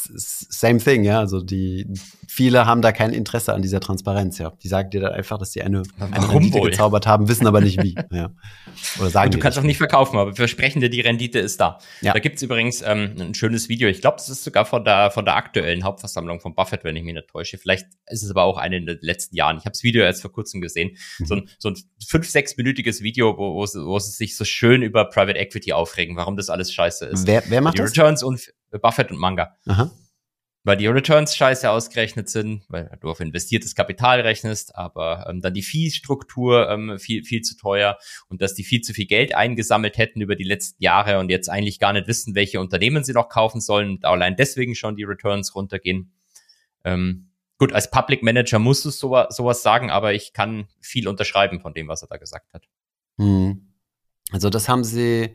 same thing, ja. Also die viele haben da kein Interesse an dieser Transparenz, ja. Die sagen dir dann einfach, dass die eine, eine Rendite wohl? gezaubert haben, wissen aber nicht wie. Ja. Oder sagen und du kannst auch nicht verkaufen, aber wir versprechen dir, die Rendite ist da. Ja. Da gibt's übrigens ähm, ein schönes Video. Ich glaube, das ist sogar von der von der aktuellen Hauptversammlung von Buffett, wenn ich mich nicht täusche. Vielleicht ist es aber auch eine in den letzten Jahren. Ich habe das Video erst vor kurzem gesehen. Mhm. So ein, so ein fünf-, sechsminütiges Video, wo, wo, wo sie sich so schön über Private Equity aufregen, warum das alles scheiße ist. Wer, wer macht die das? Returns und Buffett und Manga. Aha. Weil die Returns scheiße ausgerechnet sind, weil du auf investiertes Kapital rechnest, aber ähm, dann die Fee-Struktur ähm, viel viel zu teuer und dass die viel zu viel Geld eingesammelt hätten über die letzten Jahre und jetzt eigentlich gar nicht wissen, welche Unternehmen sie noch kaufen sollen und allein deswegen schon die Returns runtergehen. Ähm, gut, als Public Manager musst du sowas, sowas sagen, aber ich kann viel unterschreiben von dem, was er da gesagt hat. Hm. Also das haben sie...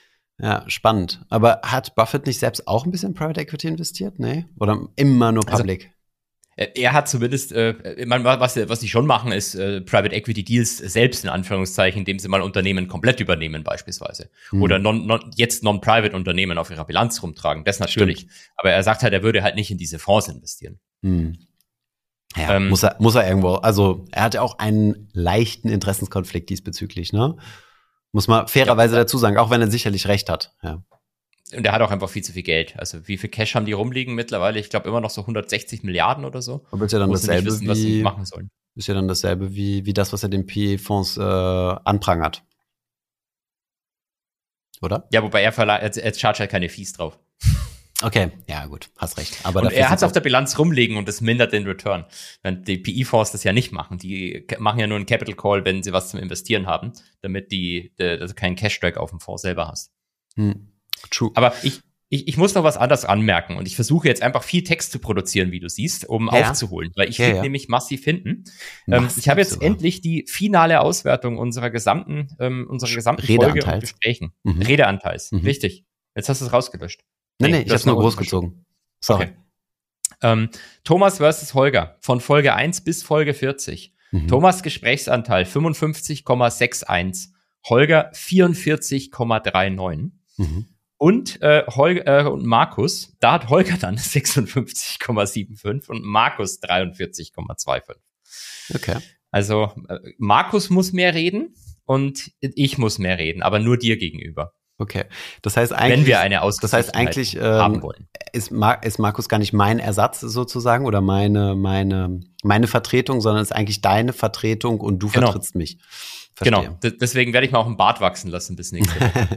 Ja, spannend. Aber hat Buffett nicht selbst auch ein bisschen Private Equity investiert? Nee? Oder immer nur Public? Also, er hat zumindest, äh, was, was sie schon machen, ist äh, Private Equity Deals selbst in Anführungszeichen, indem sie mal Unternehmen komplett übernehmen beispielsweise. Hm. Oder non, non, jetzt Non-Private Unternehmen auf ihrer Bilanz rumtragen. Das natürlich. Stimmt. Aber er sagt halt, er würde halt nicht in diese Fonds investieren. Hm. Ja, ähm, muss er, muss er irgendwo. Also er hat ja auch einen leichten Interessenskonflikt diesbezüglich, ne? Muss man fairerweise ja, dazu sagen, auch wenn er sicherlich recht hat. Ja. Und er hat auch einfach viel zu viel Geld. Also wie viel Cash haben die rumliegen mittlerweile? Ich glaube immer noch so hundertsechzig Milliarden oder so. Aber ist ja dann dasselbe wissen, wie, was sie machen sollen. Ist ja dann dasselbe wie, wie das, was er den P E-Fonds äh, anprangert. Oder? Ja, wobei er verleiht, er charge halt keine Fees drauf. Okay, ja gut, hast recht. Aber und er hat es auf der Bilanz rumliegen und das mindert den Return. Wenn die P E-Fonds das ja nicht machen. Die machen ja nur einen Capital Call, wenn sie was zum Investieren haben, damit die, die also keinen Cash-Drag auf dem Fonds selber hast. Hm. True. Aber ich, ich, ich muss noch was anderes anmerken und ich versuche jetzt einfach viel Text zu produzieren, wie du siehst, um ja. aufzuholen, weil ich ja, lieg ja. nämlich massiv hinten. Massiv ähm, ich habe jetzt sogar. endlich die finale Auswertung unserer gesamten, ähm, unserer gesamten Folge und Gesprächen. Mhm. Redeanteils, mhm. richtig. Jetzt hast du es rausgelöscht. Nee, nee, ich hab's nur groß gezogen. Sorry. Okay. Ähm, Thomas versus Holger, von Folge eins bis Folge vierzig. Mhm. Thomas Gesprächsanteil fünfundfünfzig Komma einundsechzig, Holger vierundvierzig Komma neununddreißig. Mhm. Und, äh, Holger, äh, und Markus, da hat Holger dann sechsundfünfzig Komma fünfundsiebzig und Markus dreiundvierzig Komma fünfundzwanzig. Okay. Also, äh, Markus muss mehr reden und ich muss mehr reden, aber nur dir gegenüber. Okay, das heißt eigentlich, wenn wir eine das heißt eigentlich ähm, haben wollen. Ist, Mar- ist Markus gar nicht mein Ersatz sozusagen oder meine meine meine Vertretung, sondern ist eigentlich deine Vertretung und du genau. vertrittst mich. Verstehe. Genau, D- deswegen werde ich mal auch einen Bart wachsen lassen bis nächste Woche.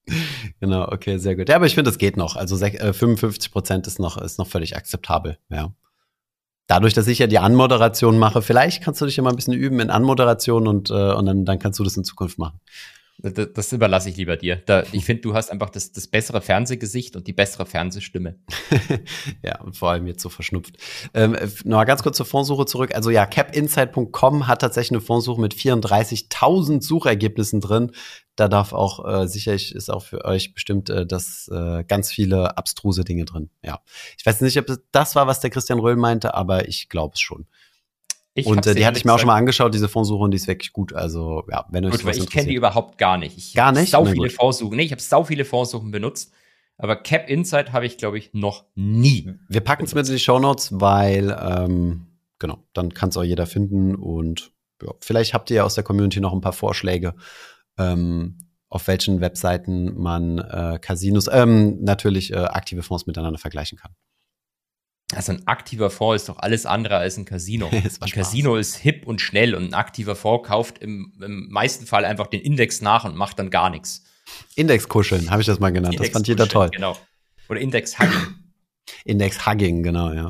Genau, okay, sehr gut. Ja, aber ich finde, das geht noch. Also äh, fünfundfünfzig Prozent ist noch, ist noch völlig akzeptabel, ja. Dadurch, dass ich ja die Anmoderation mache, vielleicht kannst du dich ja mal ein bisschen üben in Anmoderation und, äh, und dann, dann kannst du das in Zukunft machen. Das, das überlasse ich lieber dir. Da, ich finde, du hast einfach das, das bessere Fernsehgesicht und die bessere Fernsehstimme. Ja, und vor allem jetzt so verschnupft. Ähm, noch mal ganz kurz zur Fondssuche zurück. Also ja, cap insight punkt com hat tatsächlich eine Fondssuche mit vierunddreißigtausend Suchergebnissen drin. Da darf auch, äh, sicherlich ist auch für euch bestimmt äh, das äh, ganz viele abstruse Dinge drin. Ja, ich weiß nicht, ob das, das war, was der Christian Röhl meinte, aber ich glaube es schon. Ich und äh, die hatte ich mir auch schon mal angeschaut, diese Fondssuche, und die ist wirklich gut. Also ja, wenn euch gut, weil ich kenne die überhaupt gar nicht. Ich gar nicht? Sau viele Fondssuchen. Nee, ich habe sau viele Fondssuchen benutzt. Aber Cap Insight habe ich, glaube ich, noch nie. Wir packen es mit in die Shownotes, weil, ähm, genau, dann kann es auch jeder finden. Und ja, vielleicht habt ihr ja aus der Community noch ein paar Vorschläge, ähm, auf welchen Webseiten man äh, Casinos, ähm, natürlich äh, aktive Fonds miteinander vergleichen kann. Also ein aktiver Fonds ist doch alles andere als ein Casino. Ein Casino ist hip und schnell und ein aktiver Fonds kauft im, im meisten Fall einfach den Index nach und macht dann gar nichts. Index-Kuscheln, habe ich das mal genannt. Das fand jeder toll. Genau. Oder Index-Hugging. Index-Hugging, genau, ja.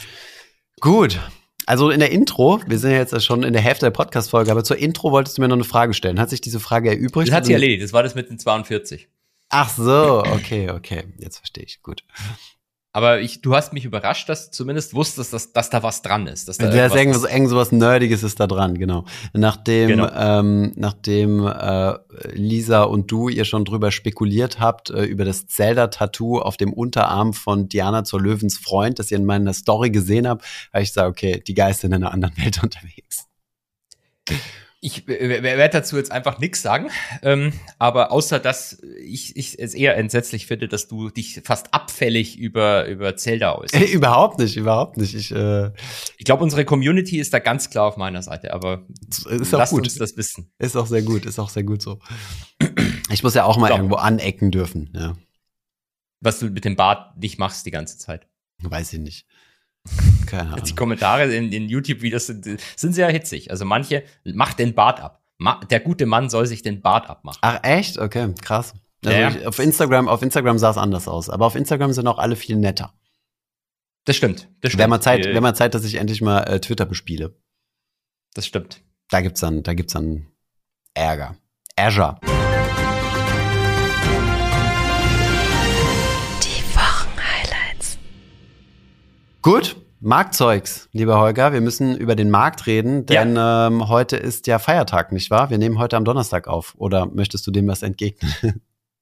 Gut. Also in der Intro, wir sind ja jetzt schon in der Hälfte der Podcast-Folge, aber zur Intro wolltest du mir noch eine Frage stellen. Hat sich diese Frage erübrigt? Das hat sie erledigt. Das war das mit den zweiundvierzig. Ach so, okay, okay. Jetzt verstehe ich. Gut. Aber ich, du hast mich überrascht, dass du zumindest wusstest, dass, dass da was dran ist. Dass da ja, irgendwas, irgendwas, irgend sowas Nerdiges ist da dran, genau. Nachdem, genau. Ähm, nachdem äh, Lisa und du ihr schon drüber spekuliert habt, äh, über das Zelda-Tattoo auf dem Unterarm von Diana zur Löwens Freund, das ihr in meiner Story gesehen habt, habe ich gesagt, okay, die Geister sind in einer anderen Welt unterwegs. Ich werde dazu jetzt einfach nichts sagen, ähm, aber außer, dass ich, ich es eher entsetzlich finde, dass du dich fast abfällig über, über Zelda äußerst. Hey, überhaupt nicht, überhaupt nicht. Ich, äh, ich glaube, unsere Community ist da ganz klar auf meiner Seite, aber ist auch lasst gut. uns das wissen. Ist auch sehr gut, ist auch sehr gut so. Ich muss ja auch mal so. irgendwo anecken dürfen. Ja. Was du mit dem Bart nicht machst die ganze Zeit. Weiß ich nicht. Keine Ahnung. Die Kommentare in den YouTube-Videos sind, sind sehr hitzig. Also manche, macht den Bart ab. Ma- der gute Mann soll sich den Bart abmachen. Ach echt? Okay, krass. Also ja, ich, auf Instagram, auf Instagram sah es anders aus. Aber auf Instagram sind auch alle viel netter. Das stimmt. Das stimmt. Wäre mal Zeit, wär mal Zeit, dass ich endlich mal äh, Twitter bespiele. Das stimmt. Da gibt's dann, da gibt's dann Ärger. Azure. Gut, Marktzeugs, lieber Holger. Wir müssen über den Markt reden, denn ja. ähm, heute ist ja Feiertag, nicht wahr? Wir nehmen heute am Donnerstag auf. Oder möchtest du dem was entgegnen?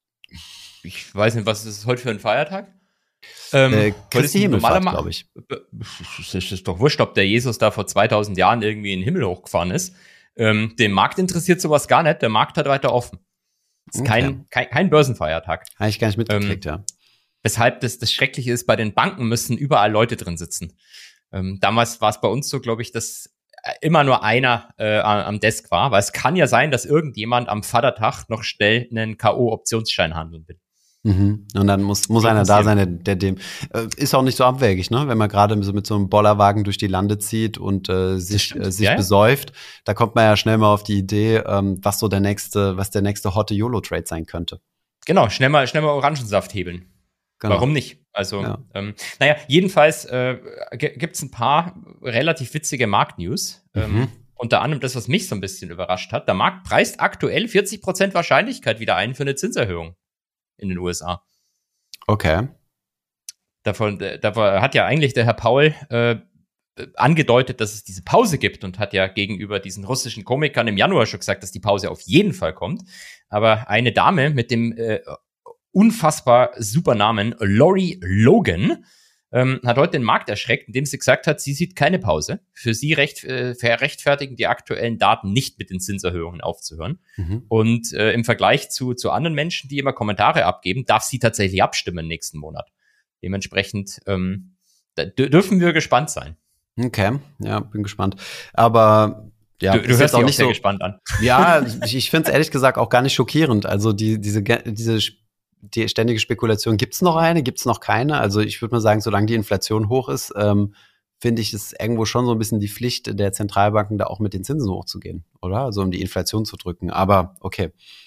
Ich weiß nicht, was ist das heute für ein Feiertag? Ähm, äh, Christi Himmelfahrt, glaube ich. Es ist doch wurscht, ob der Jesus da vor zweitausend Jahren irgendwie in den Himmel hochgefahren ist. Ähm, den Markt interessiert sowas gar nicht. Der Markt hat weiter offen. Ist okay. kein, kein, kein Börsenfeiertag. Habe ich gar nicht mitgekriegt, ähm, ja. Weshalb das, das Schreckliche ist, bei den Banken müssen überall Leute drin sitzen. Ähm, damals war es bei uns so, glaube ich, dass immer nur einer äh, am Desk war, weil es kann ja sein, dass irgendjemand am Vatertag noch schnell einen K O-Optionsschein handeln will. Mhm. Und dann muss, muss einer da sein, der, der dem, äh, ist auch nicht so abwegig, ne? Wenn man gerade so mit so einem Bollerwagen durch die Lande zieht und äh, sich, äh, sich ja, besäuft, da kommt man ja schnell mal auf die Idee, ähm, was so der nächste, was der nächste hotte YOLO-Trade sein könnte. Genau, schnell mal, schnell mal Orangensaft hebeln. Genau. Warum nicht? Also, ja. ähm, naja, jedenfalls äh, g- gibt's ein paar relativ witzige Marktnews. Mhm. Ähm, unter anderem das, was mich so ein bisschen überrascht hat. Der Markt preist aktuell vierzig Prozent Wahrscheinlichkeit wieder ein für eine Zinserhöhung in den U S A. Okay. Davon, davon hat ja eigentlich der Herr Paul äh, angedeutet, dass es diese Pause gibt und hat ja gegenüber diesen russischen Komikern im Januar schon gesagt, dass die Pause auf jeden Fall kommt. Aber eine Dame mit dem äh, unfassbar super Namen Lori Logan ähm, hat heute den Markt erschreckt, indem sie gesagt hat, sie sieht keine Pause. Für sie recht, äh, verrechtfertigen die aktuellen Daten nicht mit den Zinserhöhungen aufzuhören. Mhm. Und äh, im Vergleich zu, zu anderen Menschen, die immer Kommentare abgeben, darf sie tatsächlich abstimmen nächsten Monat. Dementsprechend ähm, da d- dürfen wir gespannt sein. Okay, ja, bin gespannt. Aber ja, du, du hörst dich auch nicht sehr so gespannt an. Ja, ich, ich finde es ehrlich gesagt auch gar nicht schockierend. Also die, diese, diese die ständige Spekulation, gibt's noch eine, gibt's noch keine? Also ich würde mal sagen, solange die Inflation hoch ist, ähm, finde ich es irgendwo schon so ein bisschen die Pflicht der Zentralbanken, da auch mit den Zinsen hochzugehen, oder? Also um die Inflation zu drücken. Aber okay,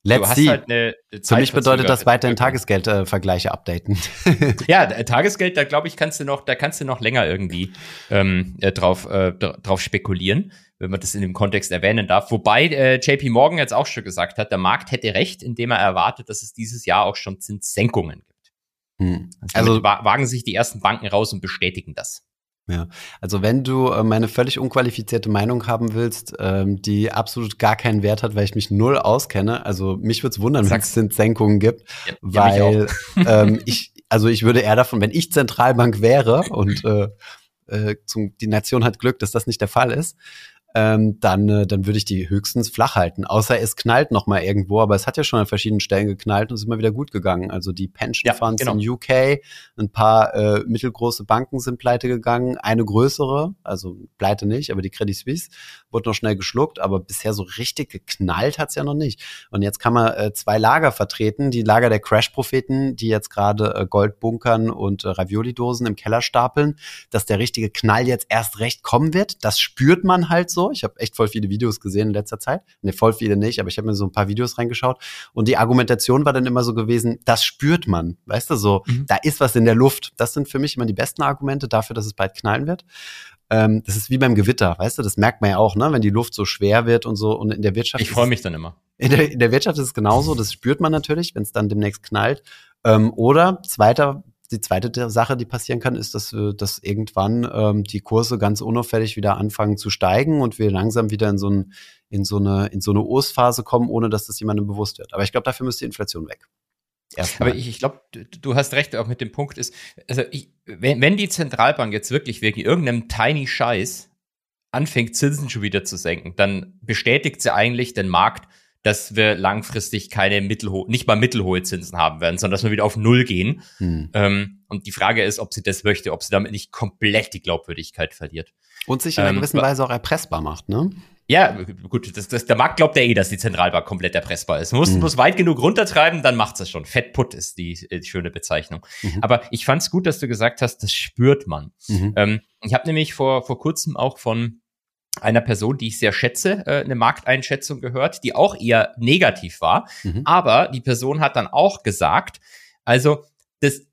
Let's du hast see. halt eine, eine Für mich bedeutet das weiterhin Wirkung. Tagesgeldvergleiche äh, updaten. Ja, Tagesgeld, da glaube ich, kannst du noch, da kannst du noch länger irgendwie ähm, äh, drauf, äh, drauf spekulieren, wenn man das in dem Kontext erwähnen darf. Wobei äh, J P Morgan jetzt auch schon gesagt hat, der Markt hätte recht, indem er erwartet, dass es dieses Jahr auch schon Zinssenkungen gibt. Hm. Also, Also wagen sich die ersten Banken raus und bestätigen das. Ja, also wenn du äh, meine völlig unqualifizierte Meinung haben willst, ähm, die absolut gar keinen Wert hat, weil ich mich null auskenne, also mich würde es wundern, wenn es Zinssenkungen gibt, ja, weil ja, ähm, ich, also ich würde eher davon, wenn ich Zentralbank wäre und äh, äh, zum, die Nation hat Glück, dass das nicht der Fall ist, ähm, dann, äh, dann würde ich die höchstens flach halten. Außer es knallt noch mal irgendwo, aber es hat ja schon an verschiedenen Stellen geknallt und es ist immer wieder gut gegangen. Also die Pension ja, Funds genau. in U K, ein paar äh, mittelgroße Banken sind pleite gegangen, eine größere, also pleite nicht, aber die Credit Suisse wurde noch schnell geschluckt, aber bisher so richtig geknallt hat's ja noch nicht. Und jetzt kann man äh, zwei Lager vertreten, die Lager der Crash-Propheten, die jetzt gerade äh, Gold bunkern und äh, Ravioli-Dosen im Keller stapeln, dass der richtige Knall jetzt erst recht kommen wird, das spürt man halt so. Ich habe echt voll viele Videos gesehen in letzter Zeit. Ne, voll viele nicht, aber ich habe mir so ein paar Videos reingeschaut. Und die Argumentation war dann immer so gewesen, das spürt man. Weißt du, so, mhm. da ist was in der Luft. Das sind für mich immer die besten Argumente dafür, dass es bald knallen wird. Ähm, das ist wie beim Gewitter, weißt du, das merkt man ja auch, ne, wenn die Luft so schwer wird und so. Und in der Wirtschaft. Ich freue mich dann immer. In der, in der Wirtschaft ist es genauso, das spürt man natürlich, wenn es dann demnächst knallt. Ähm, oder zweiter Die zweite Sache, die passieren kann, ist, dass, dass irgendwann ähm, die Kurse ganz unauffällig wieder anfangen zu steigen und wir langsam wieder in so, ein, in so eine in so eine Ursphase kommen, ohne dass das jemandem bewusst wird. Aber ich glaube, dafür müsste die Inflation weg. Erstmal. Aber ich, ich glaube, du, du hast recht, auch mit dem Punkt ist, also ich, wenn, wenn die Zentralbank jetzt wirklich wegen irgendeinem tiny Scheiß anfängt, Zinsen schon wieder zu senken, dann bestätigt sie eigentlich den Markt, dass wir langfristig keine mittelhohe, nicht mal mittelhohe Zinsen haben werden, sondern dass wir wieder auf Null gehen. Hm. Ähm, und die Frage ist, ob sie das möchte, ob sie damit nicht komplett die Glaubwürdigkeit verliert. Und sich in einer ähm, gewissen Weise auch erpressbar macht, ne? Ja, gut, das, das, der Markt glaubt ja eh, dass die Zentralbank komplett erpressbar ist. Man muss hm. bloß weit genug runtertreiben, dann macht's das schon. Fat Put ist die, die schöne Bezeichnung. Mhm. Aber ich fand's gut, dass du gesagt hast, das spürt man. Mhm. Ähm, ich habe nämlich vor, vor kurzem auch von einer Person, die ich sehr schätze, äh, eine Markteinschätzung gehört, die auch eher negativ war. Mhm. Aber die Person hat dann auch gesagt, also das,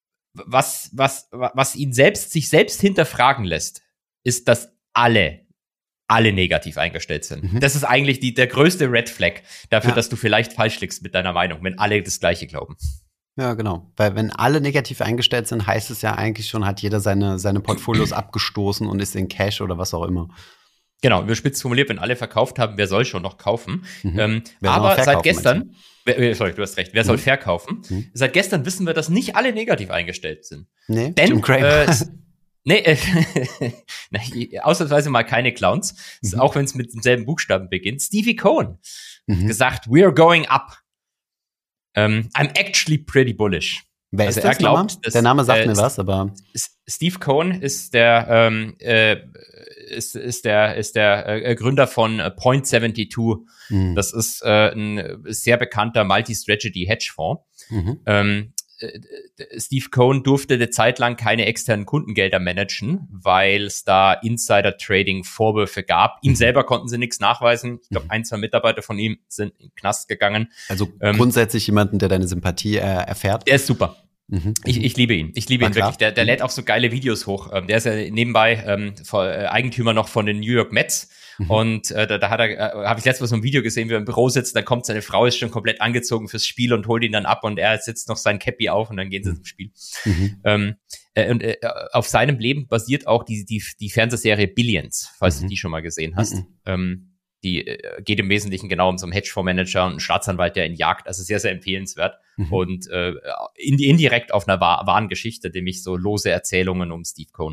was, was, was ihn selbst, sich selbst hinterfragen lässt, ist, dass alle, alle negativ eingestellt sind. Mhm. Das ist eigentlich die, der größte Red Flag dafür, ja. dass du vielleicht falsch liegst mit deiner Meinung, wenn alle das Gleiche glauben. Ja, genau. Weil wenn alle negativ eingestellt sind, heißt es ja eigentlich schon, hat jeder seine, seine Portfolios abgestoßen und ist in Cash oder was auch immer. Genau, überspitzt formuliert, wenn alle verkauft haben, wer soll schon noch kaufen? Mhm. Ähm, aber seit gestern, wer, sorry, du hast recht, wer mhm. soll verkaufen? Mhm. Seit gestern wissen wir, dass nicht alle negativ eingestellt sind. Nee, denn, Jim Cramer. Äh, nee, äh, ausnahmsweise mal keine Clowns, mhm. auch wenn es mit demselben Buchstaben beginnt. Stevie Cohen mhm. gesagt, we're going up. Um, I'm actually pretty bullish. Wer also ist das er glaubt, dass, der Name sagt äh, mir was, aber Steve Cohen ist der ähm, äh, ist ist der ist der äh, Gründer von äh, Point zweiundsiebzig. Mhm. Das ist äh, ein sehr bekannter Multi-Strategy-Hedgefonds. Mhm. Ähm, äh, Steve Cohen durfte eine Zeit lang keine externen Kundengelder managen, weil es da Insider-Trading-Vorwürfe gab. Ihm selber konnten sie nichts nachweisen. Ich glaube, mhm. ein, zwei Mitarbeiter von ihm sind in den Knast gegangen. Also ähm, grundsätzlich jemanden, der deine Sympathie äh, erfährt? Der ist super. Mhm. Ich, ich liebe ihn. Ich liebe War ihn klar. wirklich. Der, der lädt auch so geile Videos hoch. Der ist ja nebenbei ähm, Eigentümer noch von den New York Mets. Mhm. Und äh, da, da hat er, äh, habe ich letztes Mal so ein Video gesehen, wie er im Büro sitzt, dann kommt seine Frau, ist schon komplett angezogen fürs Spiel und holt ihn dann ab und er setzt noch sein Cappy auf und dann gehen sie mhm. zum Spiel. Mhm. Ähm, äh, und äh, auf seinem Leben basiert auch die, die, die Fernsehserie Billions, falls mhm. du die schon mal gesehen hast. Mhm. Ähm, die äh, geht im Wesentlichen genau um so einen Hedgefondsmanager und einen Staatsanwalt, der ihn jagt. Also sehr, sehr empfehlenswert. Mhm. Und äh, indirekt auf einer wahr, wahren Geschichte, nämlich so lose Erzählungen um Steve Cohen.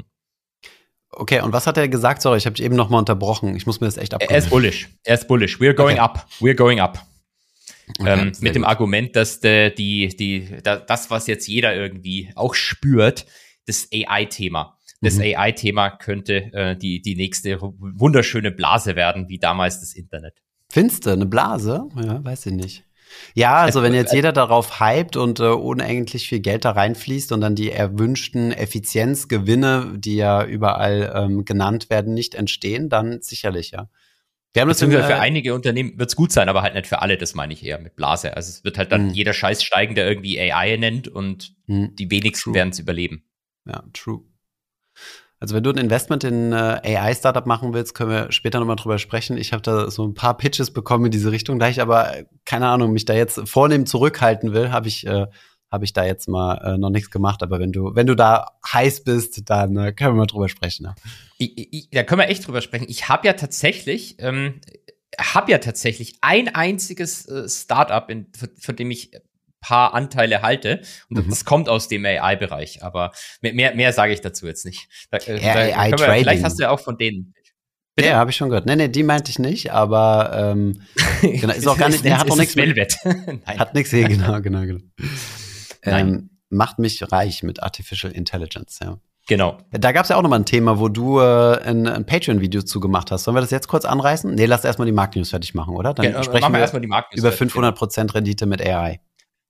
Okay, und was hat er gesagt? Sorry, ich habe dich eben noch mal unterbrochen. Ich muss mir das echt abgeben. Er ist bullish. Er ist bullish. We're going okay. up. We're going up. Okay, ähm, mit dem gut. Argument, dass de, die, die, da, das, was jetzt jeder irgendwie auch spürt, das A I-Thema. Das mhm. A I-Thema könnte äh, die, die nächste wunderschöne Blase werden, wie damals das Internet. Findest du eine Blase? Ja, weiß ich nicht. Ja, also wenn jetzt jeder darauf hypt und äh, unendlich viel Geld da reinfließt und dann die erwünschten Effizienzgewinne, die ja überall ähm, genannt werden, nicht entstehen, dann sicherlich, ja. Wir haben das in, Beziehungsweise äh, für einige Unternehmen wird's gut sein, aber halt nicht für alle, das meine ich eher mit Blase. Also es wird halt dann Mhm. jeder Scheiß steigen, der irgendwie A I nennt und Mhm. die wenigsten True. werden es überleben. Ja, true. Also wenn du ein Investment in äh, A I-Startup machen willst, können wir später nochmal drüber sprechen. Ich habe da so ein paar Pitches bekommen in diese Richtung. Da ich aber, äh, keine Ahnung, mich da jetzt vornehm zurückhalten will, habe ich, äh, hab ich da jetzt mal äh, noch nichts gemacht. Aber wenn du, wenn du da heiß bist, dann äh, können wir mal drüber sprechen. Ja. Ich, ich, da können wir echt drüber sprechen. Ich habe ja tatsächlich, ähm, habe ja tatsächlich ein einziges äh, Startup, in, von, von dem ich paar Anteile halte. Und Mhm. das kommt aus dem A I-Bereich. Aber mehr, mehr, mehr sage ich dazu jetzt nicht. Da, äh, Ja, da A I können wir, Trading. vielleicht hast du ja auch von denen. Bitte? Ja, habe ich schon gehört. Nee, nee, die meinte ich nicht, aber ähm, genau, ist auch gar nicht, der hat doch nichts mit, Nein. hat nichts hier, genau, genau, genau. Nein. Ähm, macht mich reich mit Artificial Intelligence, ja. Genau. Da gab es ja auch nochmal ein Thema, wo du äh, ein, ein Patreon-Video zugemacht hast. Sollen wir das jetzt kurz anreißen? Nee, lass erstmal die Marktnews fertig machen, oder? Dann Genau, sprechen machen wir wir erstmal die Marktnews über fertig, fünfhundert Prozent Rendite mit A I.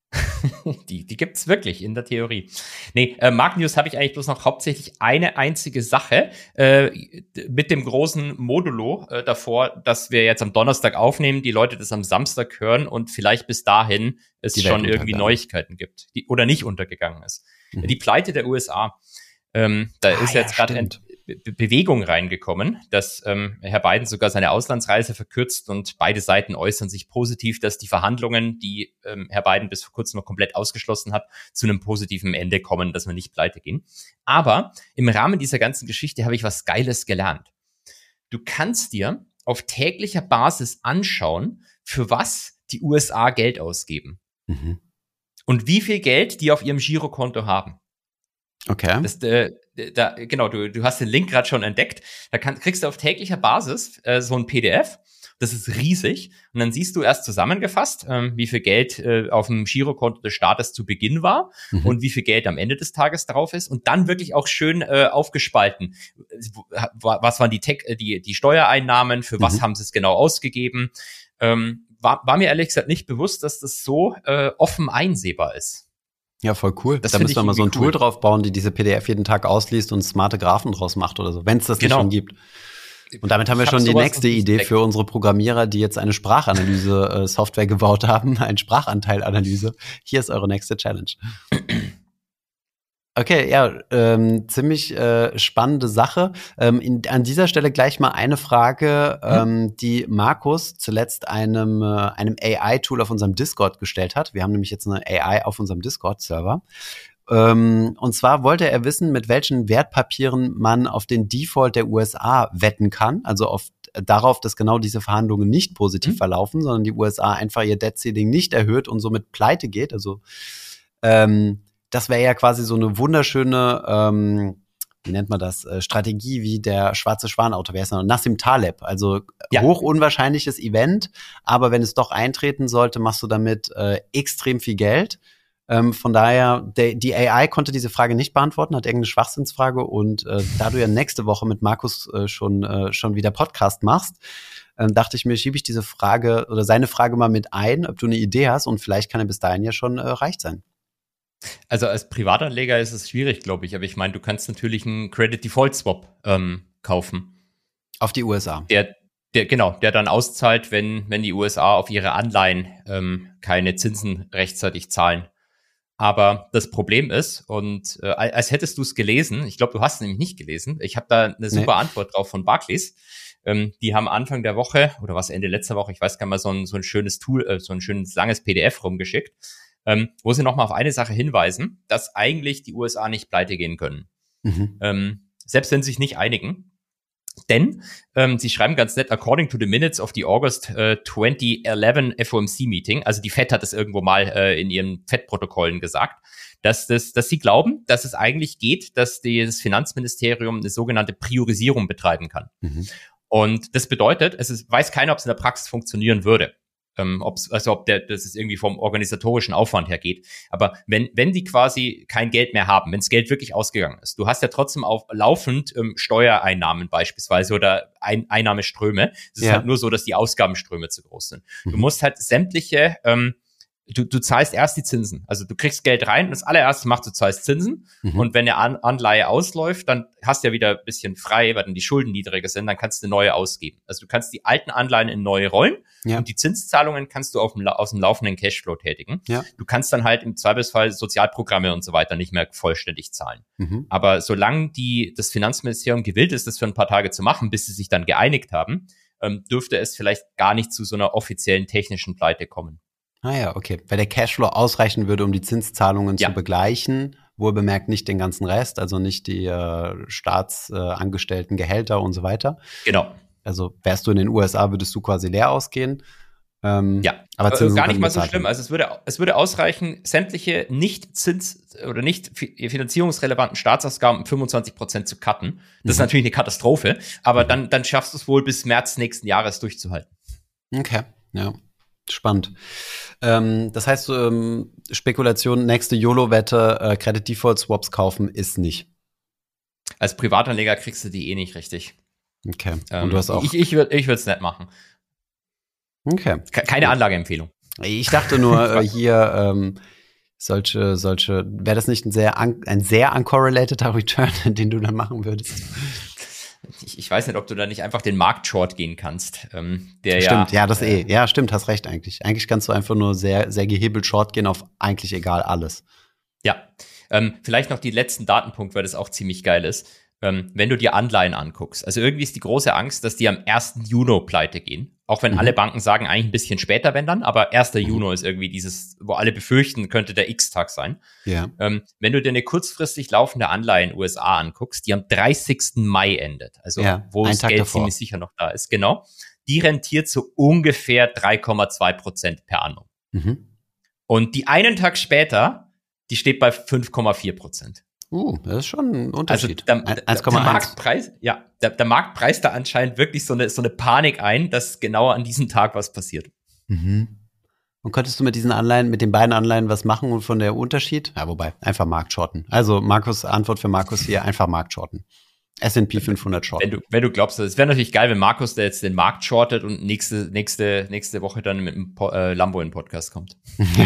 Die, die gibt's wirklich in der Theorie. Nee, äh, Marktnews habe ich eigentlich bloß noch hauptsächlich eine einzige Sache äh, mit dem großen Modulo äh, davor, dass wir jetzt am Donnerstag aufnehmen, die Leute das am Samstag hören und vielleicht bis dahin es Die Welt schon irgendwie untergegangen. Neuigkeiten gibt, die oder nicht untergegangen ist. Mhm. Die Pleite der U S A. Ähm, da Ah, ist ja, jetzt gerade stimmt. Be- Bewegung reingekommen, dass ähm, Herr Biden sogar seine Auslandsreise verkürzt und beide Seiten äußern sich positiv, dass die Verhandlungen, die ähm, Herr Biden bis vor kurzem noch komplett ausgeschlossen hat, zu einem positiven Ende kommen, dass wir nicht pleite gehen. Aber im Rahmen dieser ganzen Geschichte habe ich was Geiles gelernt. Du kannst dir auf täglicher Basis anschauen, für was die U S A Geld ausgeben Mhm. und wie viel Geld die auf ihrem Girokonto haben. Okay. Das, äh, da, genau, du, du hast den Link gerade schon entdeckt. Da kann, kriegst du auf täglicher Basis äh, so ein P D F. Das ist riesig. Und dann siehst du erst zusammengefasst, ähm, wie viel Geld äh, auf dem Girokonto des Staates zu Beginn war Mhm. und wie viel Geld am Ende des Tages drauf ist. Und dann wirklich auch schön äh, aufgespalten. Was waren die, Tech, die, die Steuereinnahmen? Für was Mhm. haben sie es genau ausgegeben? Ähm, war, war mir ehrlich gesagt nicht bewusst, dass das so äh, offen einsehbar ist. Ja, voll cool. Das Da find müssen wir ich mal so ein irgendwie Tool cool. drauf bauen, die diese P D F jeden Tag ausliest und smarte Graphen draus macht oder so, wenn es das Genau. nicht schon gibt. Und damit haben wir Ich hab schon die sowas nächste noch nicht Idee entdeckt. für unsere Programmierer, die jetzt eine Sprachanalyse-Software gebaut haben, eine Sprachanteilanalyse. Hier ist eure nächste Challenge. Okay, ja, ähm, ziemlich äh, spannende Sache. Ähm, in, an dieser Stelle gleich mal eine Frage, ähm, die Markus zuletzt einem, äh, einem A I-Tool auf unserem Discord gestellt hat. Wir haben nämlich jetzt eine A I auf unserem Discord-Server. Ähm, und zwar wollte er wissen, mit welchen Wertpapieren man auf den Default der U S A wetten kann. Also auf darauf, dass genau diese Verhandlungen nicht positiv Mhm. verlaufen, sondern die U S A einfach ihr Debt Ceiling nicht erhöht und somit pleite geht. Also ähm, das wäre ja quasi so eine wunderschöne, ähm, wie nennt man das, äh, Strategie wie der schwarze Schwan-Autor, wer ist noch? Nassim Taleb. Also Ja. hoch unwahrscheinliches Event, aber wenn es doch eintreten sollte, machst du damit äh, extrem viel Geld. Ähm, von daher, der, die A I konnte diese Frage nicht beantworten, hat irgendeine Schwachsinnsfrage. Und äh, da du ja nächste Woche mit Markus äh, schon, äh, schon wieder Podcast machst, äh, dachte ich mir, schiebe ich diese Frage oder seine Frage mal mit ein, ob du eine Idee hast und vielleicht kann er bis dahin ja schon äh, reich sein. Also als Privatanleger ist es schwierig, glaube ich. Aber ich meine, du kannst natürlich einen Credit Default Swap ähm, kaufen. Auf die U S A. Der, der, genau, der dann auszahlt, wenn, wenn die U S A auf ihre Anleihen ähm, keine Zinsen rechtzeitig zahlen. Aber das Problem ist, und äh, als hättest du es gelesen, ich glaube, du hast es nämlich nicht gelesen, ich habe da eine super Nee. Antwort drauf von Barclays. Ähm, die haben Anfang der Woche, oder was, Ende letzter Woche, ich weiß gar nicht mal, so ein, so ein schönes Tool, äh, so ein schönes langes P D F rumgeschickt, ähm, wo sie nochmal auf eine Sache hinweisen, dass eigentlich die U S A nicht pleite gehen können. Mhm. Ähm, selbst wenn sie sich nicht einigen. Denn ähm, sie schreiben ganz nett, according to the minutes of the August äh, twenty eleven F O M C Meeting, also die Fed hat es irgendwo mal äh, in ihren Fed-Protokollen gesagt, dass, das, dass sie glauben, dass es eigentlich geht, dass das Finanzministerium eine sogenannte Priorisierung betreiben kann. Mhm. Und das bedeutet, es ist, weiß keiner, ob es in der Praxis funktionieren würde. Ähm, ob's, also ob der, das ist irgendwie vom organisatorischen Aufwand her geht. Aber wenn, wenn die quasi kein Geld mehr haben, wenn das Geld wirklich ausgegangen ist, du hast ja trotzdem auf laufend ähm, Steuereinnahmen beispielsweise oder Ein, Einnahmeströme. Es ist Ja. halt nur so, dass die Ausgabenströme zu groß sind. Mhm. Du musst halt sämtliche ähm, du, du zahlst erst die Zinsen. Also du kriegst Geld rein und das allererste macht, du zahlst Zinsen. Mhm. Und wenn eine An- Anleihe ausläuft, dann hast du ja wieder ein bisschen frei, weil dann die Schulden niedriger sind, dann kannst du eine neue ausgeben. Also du kannst die alten Anleihen in neue rollen ja. und die Zinszahlungen kannst du auf dem, aus dem laufenden Cashflow tätigen. Ja. Du kannst dann halt im Zweifelsfall Sozialprogramme und so weiter nicht mehr vollständig zahlen. Mhm. Aber solange die, das Finanzministerium gewillt ist, das für ein paar Tage zu machen, bis sie sich dann geeinigt haben, ähm, dürfte es vielleicht gar nicht zu so einer offiziellen technischen Pleite kommen. Ah ja, okay. Weil der Cashflow ausreichen würde, um die Zinszahlungen ja. zu begleichen, wohlbemerkt nicht den ganzen Rest, also nicht die äh, staatsangestellten äh, Gehälter und so weiter. Genau. Also wärst du in den U S A, würdest du quasi leer ausgehen. Ähm, ja, aber Zinsen gar nicht mal so schlimm. Also es würde, es würde ausreichen, sämtliche nicht Zins- oder nicht finanzierungsrelevanten Staatsausgaben um fünfundzwanzig Prozent zu cutten. Das mhm. ist natürlich eine Katastrophe, aber mhm. dann, dann schaffst du es wohl bis März nächsten Jahres durchzuhalten. Okay, ja. Spannend. Ähm, das heißt, ähm, Spekulation, nächste YOLO-Wette, äh, Credit Default Swaps kaufen ist nicht. Als Privatanleger kriegst du die eh nicht richtig. Okay. Ähm, Und du hast auch. Ich, ich würde, ich würde es nicht machen. Okay. Keine Anlageempfehlung. Ich dachte nur äh, hier ähm, solche, solche. Wäre das nicht ein sehr un- ein sehr uncorrelateder Return, den du dann machen würdest? Ich, ich weiß nicht, ob du da nicht einfach den Markt-Short gehen kannst. Ähm, der stimmt, ja, ja, das äh, eh. Ja, stimmt, hast recht eigentlich. Eigentlich kannst du einfach nur sehr, sehr gehebelt Short gehen auf eigentlich egal alles. Ja, ähm, vielleicht noch die letzten Datenpunkt, weil das auch ziemlich geil ist. Ähm, wenn du dir Anleihen anguckst. Also irgendwie ist die große Angst, dass die am ersten Juni pleite gehen. Auch wenn mhm. alle Banken sagen, eigentlich ein bisschen später, wenn dann. Aber erster Mhm. Juni ist irgendwie dieses, wo alle befürchten, könnte der X-Tag sein. Ja. Ähm, wenn du dir eine kurzfristig laufende Anleihe in den U S A anguckst, die am dreißigsten Mai endet. Also ja, wo das Geld davor. ziemlich sicher noch da ist. Genau. Die rentiert so ungefähr drei Komma zwei Prozent per annum. Mhm. Und die einen Tag später, die steht bei fünf Komma vier Prozent. Uh, das ist schon ein Unterschied. Also der, der, der Marktpreis, ja, der, der Marktpreis da anscheinend wirklich so eine, so eine Panik ein, dass genau an diesem Tag was passiert. Mhm. Und könntest du mit diesen Anleihen, mit den beiden Anleihen was machen und von der Unterschied? Ja, wobei, einfach Marktshorten. Also Markus, Antwort für Markus hier, einfach Marktshorten. S and P fünfhundert shorten. Wenn du, wenn du glaubst, es wäre natürlich geil, wenn Markus da jetzt den Markt shortet und nächste, nächste, nächste Woche dann mit dem po- äh, Lambo in den Podcast kommt.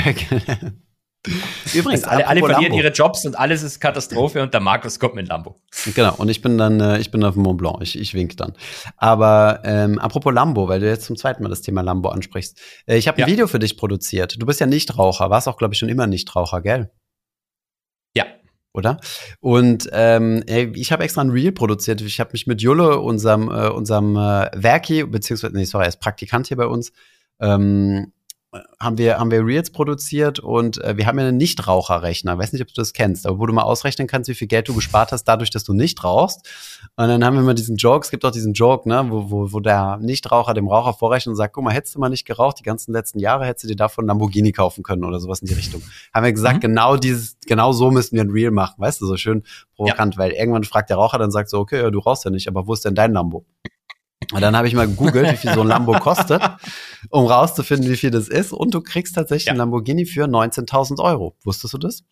Übrigens, alle, alle verlieren Lambo. ihre Jobs und alles ist Katastrophe und der Markus kommt mit Lambo. Genau, und ich bin dann, äh, ich bin auf dem Mont Blanc, ich, ich wink dann. Aber ähm, apropos Lambo, weil du jetzt zum zweiten Mal das Thema Lambo ansprichst. Äh, ich habe ein ja. Video für dich produziert. Du bist ja Nichtraucher, warst auch, glaube ich, schon immer Nichtraucher, gell? Ja. Oder? Und ähm, ich habe extra ein Reel produziert. Ich habe mich mit Julle, unserem, äh, unserem äh, Werki, beziehungsweise, nee, sorry, er ist Praktikant hier bei uns, ähm, haben wir, haben wir Reels produziert und äh, wir haben ja einen Nichtraucherrechner. Weiß nicht, ob du das kennst, aber wo du mal ausrechnen kannst, wie viel Geld du gespart hast, dadurch, dass du nicht rauchst. Und dann haben wir mal diesen Joke, es gibt auch diesen Joke, ne, wo, wo, wo der Nichtraucher dem Raucher vorrechnet und sagt, guck mal, hättest du mal nicht geraucht, die ganzen letzten Jahre, hättest du dir davon Lamborghini kaufen können oder sowas in die Richtung. Haben wir gesagt, mhm. genau dieses, genau so müssen wir ein Reel machen, weißt du, so schön provokant, ja. weil irgendwann fragt der Raucher, dann sagt so, okay, ja, du rauchst ja nicht, aber wo ist denn dein Lambo? Und dann habe ich mal gegoogelt, wie viel so ein Lambo kostet, um rauszufinden, wie viel das ist. Und du kriegst tatsächlich ja. einen Lamborghini für neunzehntausend Euro. Wusstest du das?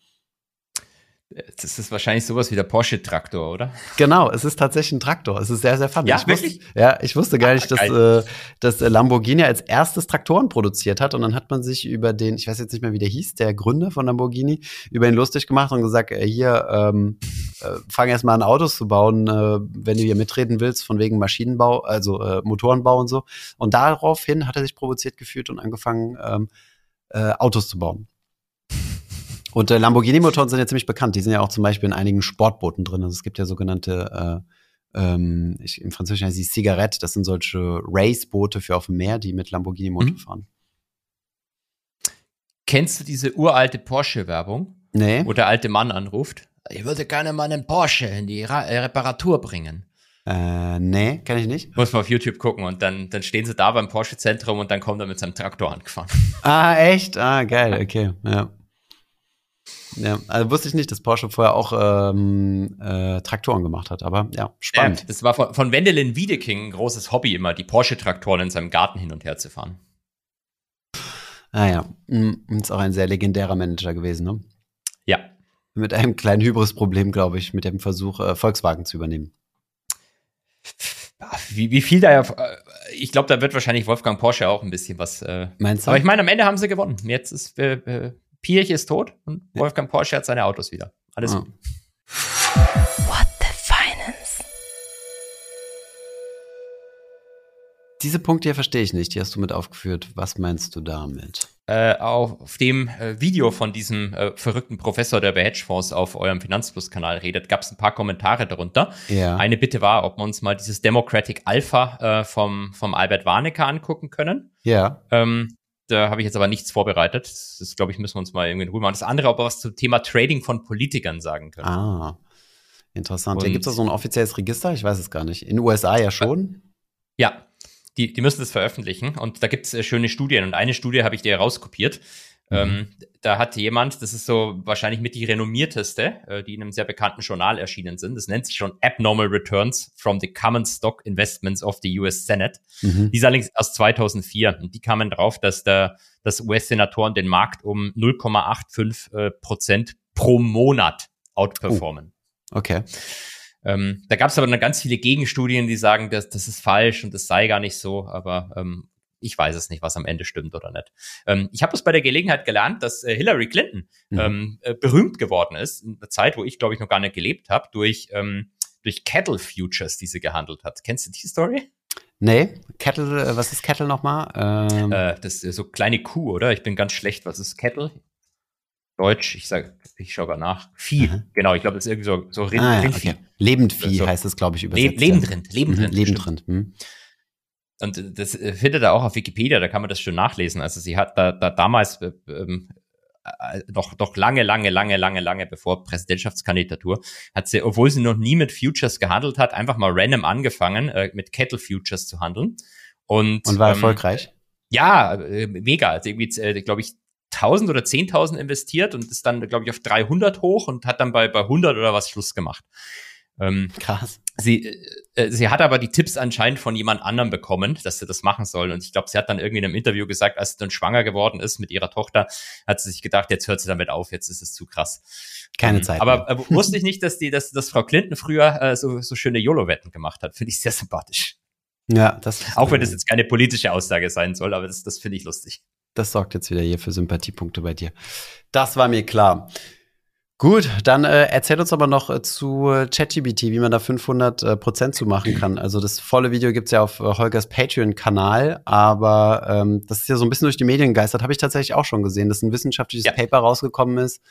Das ist wahrscheinlich sowas wie der Porsche-Traktor, oder? Genau, es ist tatsächlich ein Traktor. Es ist sehr, sehr funny. Ja, ich wirklich? Wusste, ja, ich wusste gar nicht, dass, äh, dass Lamborghini als erstes Traktoren produziert hat. Und dann hat man sich über den, ich weiß jetzt nicht mehr, wie der hieß, der Gründer von Lamborghini, über ihn lustig gemacht und gesagt, äh, hier, ähm, äh, fang erst mal an, Autos zu bauen, äh, wenn du hier mitreden willst, von wegen Maschinenbau, also äh, Motorenbau und so. Und daraufhin hat er sich provoziert gefühlt und angefangen, ähm, äh, Autos zu bauen. Und äh, Lamborghini-Motoren sind ja ziemlich bekannt. Die sind ja auch zum Beispiel in einigen Sportbooten drin. Also es gibt ja sogenannte, äh, ähm, ich, im Französischen heißt sie Cigarette. Das sind solche Raceboote für auf dem Meer, die mit Lamborghini-Motor mhm. fahren. Kennst du diese uralte Porsche-Werbung? Nee. Wo der alte Mann anruft? Ich würde gerne meinen Porsche in die Ra- Reparatur bringen. Äh, nee, kenn ich nicht. Muss man auf YouTube gucken und dann, dann stehen sie da beim Porsche-Zentrum und dann kommt er mit seinem Traktor angefahren. Ah, echt? Ah, geil, okay, ja. Ja, also wusste ich nicht, dass Porsche vorher auch ähm, äh, Traktoren gemacht hat, aber ja, spannend. Ja, das war von, von Wendelin Wiedeking ein großes Hobby immer, die Porsche-Traktoren in seinem Garten hin und her zu fahren. Ah ja, mhm. Ist auch ein sehr legendärer Manager gewesen, ne? Ja. Mit einem kleinen Hybris-Problem, glaube ich, mit dem Versuch, äh, Volkswagen zu übernehmen. Wie, wie viel da ja, ich glaube, da wird wahrscheinlich Wolfgang Porsche auch ein bisschen was. Äh, Meinst du? Aber ich meine, am Ende haben sie gewonnen. Jetzt ist äh, äh, Piech ist tot und ja. Wolfgang Porsche hat seine Autos wieder. Alles oh. gut. What the Finance? Diese Punkte hier verstehe ich nicht. Die hast du mit aufgeführt. Was meinst du damit? Äh, auf dem äh, Video von diesem äh, verrückten Professor, der über Hedgefonds auf eurem Finanzplus-Kanal redet, gab es ein paar Kommentare darunter. Ja. Eine Bitte war, ob wir uns mal dieses Democratic Alpha äh, vom, vom Albert Warnecke angucken können. Ja. Ähm, da habe ich jetzt aber nichts vorbereitet. Das, das glaube ich, müssen wir uns mal irgendwie in Ruhe machen. Das andere, ob wir was zum Thema Trading von Politikern sagen können. Ah, interessant. Ja, gibt es da so ein offizielles Register? Ich weiß es gar nicht. In den U S A ja schon? Ja. Die, die müssen das veröffentlichen und da gibt es äh, schöne Studien und eine Studie habe ich dir rauskopiert. Mhm. Ähm, da hat jemand, das ist so wahrscheinlich mit die renommierteste, äh, die in einem sehr bekannten Journal erschienen sind. Das nennt sich schon Abnormal Returns from the Common Stock Investments of the U S Senate. Mhm. Die ist allerdings aus zweitausendvier und die kamen drauf, dass der, dass U S-Senatoren den Markt um null Komma fünfundachtzig äh, Prozent pro Monat outperformen. Oh. Okay. Ähm, da gab es aber dann ganz viele Gegenstudien, die sagen, dass das ist falsch und das sei gar nicht so, aber ähm, ich weiß es nicht, was am Ende stimmt oder nicht. Ähm, ich habe es bei der Gelegenheit gelernt, dass äh, Hillary Clinton mhm. ähm, äh, berühmt geworden ist, in einer Zeit, wo ich, glaube ich, noch gar nicht gelebt habe, durch, ähm, durch Cattle Futures, die sie gehandelt hat. Kennst du die Story? Nee, Cattle, was ist Cattle nochmal? Ähm. Äh, das ist so kleine Kuh, oder? Ich bin ganz schlecht, was ist Cattle? Deutsch, ich sag, ich schaue gar nach. Vieh, mhm. genau, ich glaube, das ist irgendwie so, so Rind, ah, ja, Rindvieh. Okay. Lebendvieh so. Heißt es, glaube ich, übersetzt. Le Lebendrind, Lebendrind. Mhm, Lebendrind. Mhm. Und das findet er auch auf Wikipedia, da kann man das schon nachlesen. Also sie hat da, da damals ähm, äh, noch, noch lange, lange, lange, lange, lange bevor Präsidentschaftskandidatur, hat sie, obwohl sie noch nie mit Futures gehandelt hat, einfach mal random angefangen, äh, mit Cattle Futures zu handeln. Und, Und war ähm, erfolgreich? Ja, äh, mega. Also irgendwie, äh, glaube ich, tausend oder zehntausend investiert und ist dann, glaube ich, auf dreihundert hoch und hat dann bei, bei hundert oder was Schluss gemacht. Ähm, Krass. Sie, äh, sie hat aber die Tipps anscheinend von jemand anderem bekommen, dass sie das machen soll. Und ich glaube, sie hat dann irgendwie in einem Interview gesagt, als sie dann schwanger geworden ist mit ihrer Tochter, hat sie sich gedacht, jetzt hört sie damit auf, jetzt ist es zu krass. Keine ähm, Zeit. Aber äh, wusste ich nicht, dass die, dass, dass Frau Clinton früher äh, so, so schöne YOLO-Wetten gemacht hat. Finde ich sehr sympathisch. Ja, das. Auch wenn das jetzt keine politische Aussage sein soll, aber das, das finde ich lustig. Das sorgt jetzt wieder hier für Sympathiepunkte bei dir. Das war mir klar. Gut, dann äh, erzähl uns aber noch äh, zu ChatGPT, wie man da fünfhundert Prozent zu machen kann. Also das volle Video gibt's ja auf äh, Holgers Patreon-Kanal, aber ähm, das ist ja so ein bisschen durch die Medien gegeistert, habe ich tatsächlich auch schon gesehen, dass ein wissenschaftliches ja. Paper rausgekommen ist,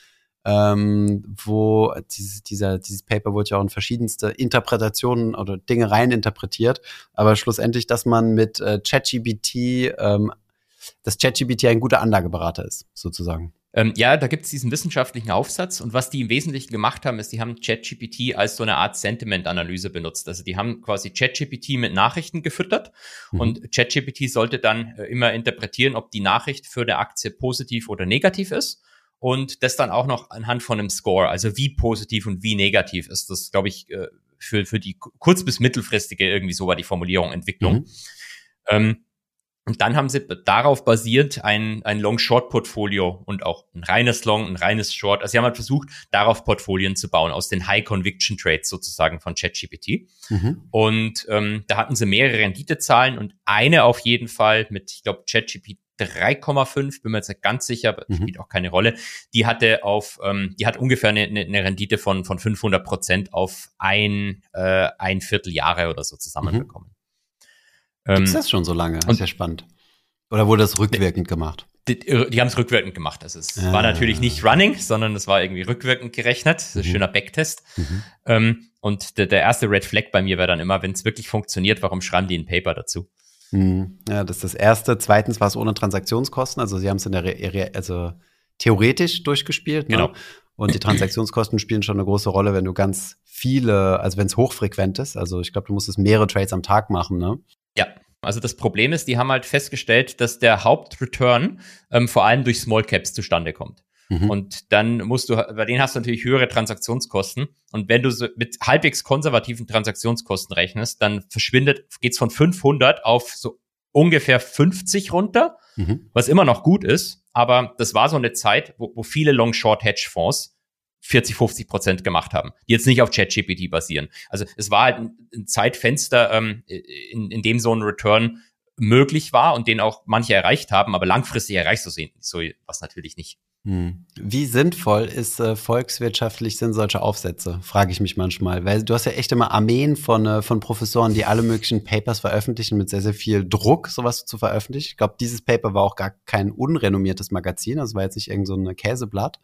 ähm, wo dieses, dieser, dieses Paper wurde ja auch in verschiedenste Interpretationen oder Dinge rein interpretiert, aber schlussendlich, dass man mit äh, ChatGPT ähm, dass ChatGPT ein guter Anlageberater ist, sozusagen. Ähm, ja, da gibt es diesen wissenschaftlichen Aufsatz und was die im Wesentlichen gemacht haben, ist, die haben ChatGPT als so eine Art Sentiment-Analyse benutzt. Also die haben quasi ChatGPT mit Nachrichten gefüttert mhm. und ChatGPT sollte dann äh, immer interpretieren, ob die Nachricht für eine Aktie positiv oder negativ ist und das dann auch noch anhand von einem Score, also wie positiv und wie negativ ist das, glaube ich, äh, für, für die kurz- bis mittelfristige, irgendwie so war die Formulierung, Entwicklung. Mhm. Ähm, Und dann haben sie darauf basierend ein, ein Long-Short-Portfolio und auch ein reines Long, ein reines Short. Also sie haben halt versucht, darauf Portfolien zu bauen, aus den High-Conviction-Trades sozusagen von ChatGPT. Mhm. Und ähm, da hatten sie mehrere Renditezahlen und eine auf jeden Fall mit, ich glaube, ChatGPT drei Komma fünf, bin mir jetzt nicht ganz sicher, aber mhm. spielt auch keine Rolle. Die hatte auf, ähm, die hat ungefähr eine, eine Rendite von, von fünfhundert Prozent auf ein, äh, ein Vierteljahre oder so zusammenbekommen. Mhm. Gibt's das schon so lange? Das ist ja spannend. Oder wurde das rückwirkend gemacht? Die, die haben es rückwirkend gemacht. Also es ah. war natürlich nicht running, sondern es war irgendwie rückwirkend gerechnet. Das ist ein mhm. schöner Backtest. Mhm. Ähm, und der, der erste Red Flag bei mir wäre dann immer, wenn es wirklich funktioniert, warum schreiben die ein Paper dazu? Mhm. Ja, das ist das Erste. Zweitens war es ohne Transaktionskosten. Also sie haben es in der Re Re also theoretisch durchgespielt. Ne? Genau. Und die Transaktionskosten spielen schon eine große Rolle, wenn du ganz viele, also wenn es hochfrequent ist. Also ich glaube, du musstest mehrere Trades am Tag machen, ne? Ja, also das Problem ist, die haben halt festgestellt, dass der Hauptreturn ähm, vor allem durch Small Caps zustande kommt. Mhm. Und dann musst du, bei denen hast du natürlich höhere Transaktionskosten. Und wenn du so mit halbwegs konservativen Transaktionskosten rechnest, dann verschwindet, geht's von fünfhundert auf so ungefähr fünfzig runter, mhm. was immer noch gut ist. Aber das war so eine Zeit, wo, wo viele Long-Short-Hedgefonds vierzig, fünfzig Prozent gemacht haben, die jetzt nicht auf ChatGPT basieren. Also es war halt ein, ein Zeitfenster, ähm, in, in dem so ein Return möglich war und den auch manche erreicht haben, aber langfristig erreichst du so was natürlich nicht. Hm. Wie sinnvoll ist äh, volkswirtschaftlich sind solche Aufsätze, frage ich mich manchmal. Weil du hast ja echt immer Armeen von, äh, von Professoren, die alle möglichen Papers veröffentlichen mit sehr, sehr viel Druck, sowas zu veröffentlichen. Ich glaube, dieses Paper war auch gar kein unrenommiertes Magazin, also war jetzt nicht irgend so ein Käseblatt.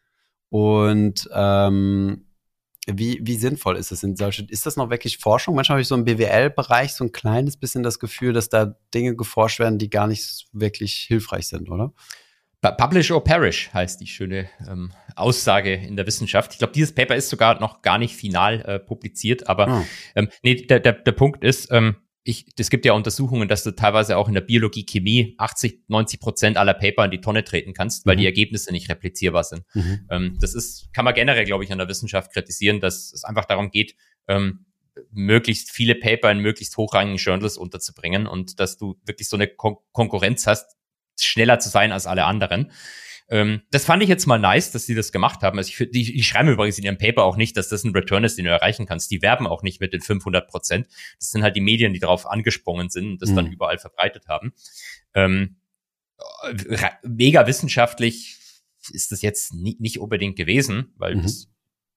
Und ähm, wie, wie sinnvoll ist es in solche, ist das noch wirklich Forschung? Manchmal habe ich so im B W L-Bereich so ein kleines bisschen das Gefühl, dass da Dinge geforscht werden, die gar nicht wirklich hilfreich sind, oder? Publish or perish heißt die schöne ähm, Aussage in der Wissenschaft. Ich glaube, dieses Paper ist sogar noch gar nicht final äh, publiziert, aber oh. ähm, nee, der, der, der Punkt ist, ähm, ich, es gibt ja Untersuchungen, dass du teilweise auch in der Biologie, Chemie achtzig, neunzig Prozent aller Paper in die Tonne treten kannst, weil mhm. die Ergebnisse nicht replizierbar sind. Mhm. Ähm, das ist, kann man generell, glaube ich, an der Wissenschaft kritisieren, dass es einfach darum geht, ähm, möglichst viele Paper in möglichst hochrangigen Journals unterzubringen und dass du wirklich so eine Kon- Konkurrenz hast, schneller zu sein als alle anderen. Ähm, das fand ich jetzt mal nice, dass sie das gemacht haben. Also ich, die, die schreiben übrigens in ihrem Paper auch nicht, dass das ein Return ist, den du erreichen kannst. Die werben auch nicht mit den fünfhundert Prozent. Das sind halt die Medien, die darauf angesprungen sind und das mhm. dann überall verbreitet haben. Ähm, mega wissenschaftlich ist das jetzt nie, nicht unbedingt gewesen, weil mhm. das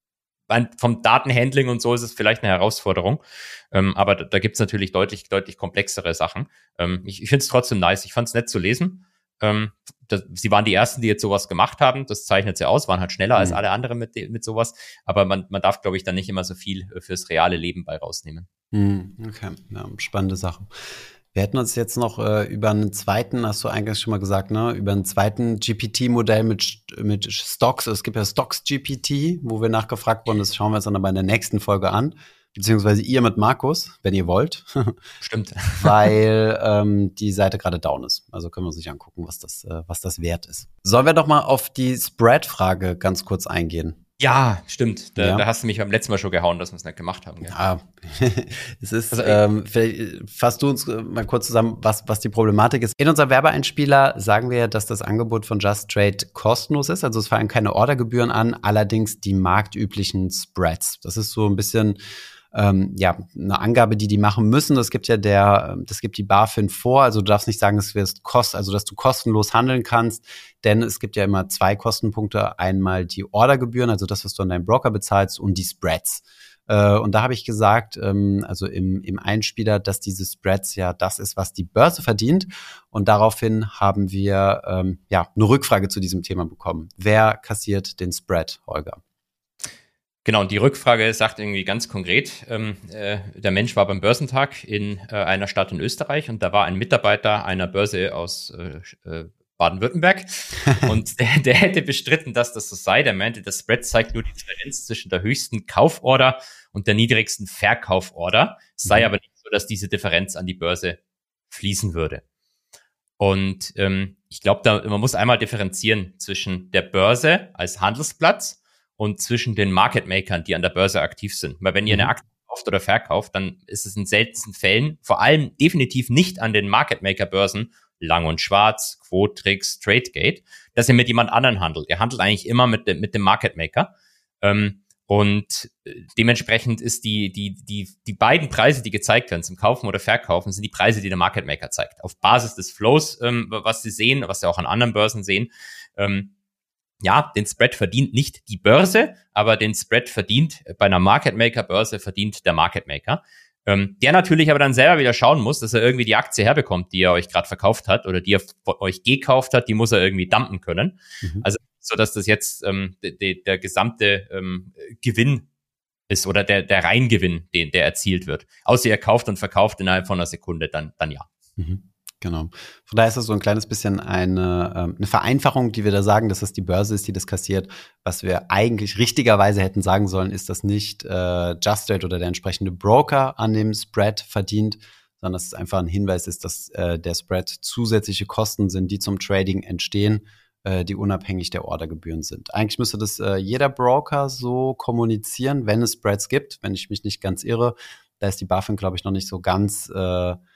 vom Datenhandling und so ist es vielleicht eine Herausforderung. Ähm, aber da, da gibt's natürlich deutlich, deutlich komplexere Sachen. Ähm, ich ich finde es trotzdem nice. Ich fand es nett zu lesen. Ähm, das, sie waren die Ersten, die jetzt sowas gemacht haben. Das zeichnet sie aus, waren halt schneller mhm. als alle anderen mit, mit sowas. Aber man, man darf, glaube ich, dann nicht immer so viel fürs reale Leben bei rausnehmen. Mhm. Okay, ja, spannende Sache. Wir hätten uns jetzt noch äh, über einen zweiten, hast du eingangs schon mal gesagt, ne, über einen zweiten G P T-Modell mit, mit Stocks. Es gibt ja Stocks G P T, wo wir nachgefragt wurden. Das schauen wir uns dann aber in der nächsten Folge an. Beziehungsweise ihr mit Markus, wenn ihr wollt. Stimmt. Weil ähm, die Seite gerade down ist. Also können wir uns nicht angucken, was das, äh, was das wert ist. Sollen wir doch mal auf die Spread-Frage ganz kurz eingehen? Ja, stimmt. Da, ja. da hast du mich beim letzten Mal schon gehauen, dass wir es nicht gemacht haben. Gell? Ja, es ist, also, ähm, vielleicht fasst du uns mal kurz zusammen, was, was die Problematik ist. In unserem Werbeeinspieler sagen wir, dass das Angebot von Just Trade kostenlos ist. Also es fallen keine Ordergebühren an, allerdings die marktüblichen Spreads. Das ist so ein bisschen Ähm, ja, eine Angabe, die die machen müssen. Das gibt ja der, das gibt die BaFin vor. Also du darfst nicht sagen, es wird kost, also dass du kostenlos handeln kannst, denn es gibt ja immer zwei Kostenpunkte. Einmal die Ordergebühren, also das, was du an deinen Broker bezahlst, und die Spreads. Äh, und da habe ich gesagt, ähm, also im, im Einspieler, dass diese Spreads ja das ist, was die Börse verdient. Und daraufhin haben wir ähm, ja eine Rückfrage zu diesem Thema bekommen. Wer kassiert den Spread, Holger? Genau, und die Rückfrage sagt irgendwie ganz konkret, ähm, äh, der Mensch war beim Börsentag in äh, einer Stadt in Österreich und da war ein Mitarbeiter einer Börse aus äh, äh, Baden-Württemberg und der, der hätte bestritten, dass das so sei. Der meinte, das Spread zeigt nur die Differenz zwischen der höchsten Kauforder und der niedrigsten Verkauforder. Es sei mhm. aber nicht so, dass diese Differenz an die Börse fließen würde. Und ähm, ich glaube, da man muss einmal differenzieren zwischen der Börse als Handelsplatz und zwischen den Market Makern, die an der Börse aktiv sind. Weil wenn ihr eine Aktie kauft oder verkauft, dann ist es in seltensten Fällen, vor allem definitiv nicht an den Market Maker Börsen, Lang und Schwarz, Quotrix, Tradegate, dass ihr mit jemand anderen handelt. Ihr handelt eigentlich immer mit dem, mit dem Market Maker. Ähm, und dementsprechend ist die, die, die, die beiden Preise, die gezeigt werden, zum Kaufen oder Verkaufen, sind die Preise, die der Market Maker zeigt. Auf Basis des Flows, ähm, was sie sehen, was sie auch an anderen Börsen sehen, ähm, ja, den Spread verdient nicht die Börse, aber den Spread verdient bei einer Market Maker Börse verdient der Market Maker, ähm, der natürlich aber dann selber wieder schauen muss, dass er irgendwie die Aktie herbekommt, die er euch gerade verkauft hat oder die er von euch gekauft hat, die muss er irgendwie dumpen können. Mhm. Also so, dass das jetzt ähm, de, de, der gesamte ähm, Gewinn ist oder der der Reingewinn, den der erzielt wird. Außer ihr kauft und verkauft innerhalb von einer Sekunde, dann dann ja. Mhm. Genau. Von daher ist das so ein kleines bisschen eine, ähm, eine Vereinfachung, die wir da sagen, dass das die Börse ist, die das kassiert. Was wir eigentlich richtigerweise hätten sagen sollen, ist, dass nicht äh, Just Trade oder der entsprechende Broker an dem Spread verdient, sondern dass es einfach ein Hinweis ist, dass äh, der Spread zusätzliche Kosten sind, die zum Trading entstehen, äh, die unabhängig der Ordergebühren sind. Eigentlich müsste das äh, jeder Broker so kommunizieren, wenn es Spreads gibt, wenn ich mich nicht ganz irre. Da ist die BaFin, glaube ich, noch nicht so ganz äh,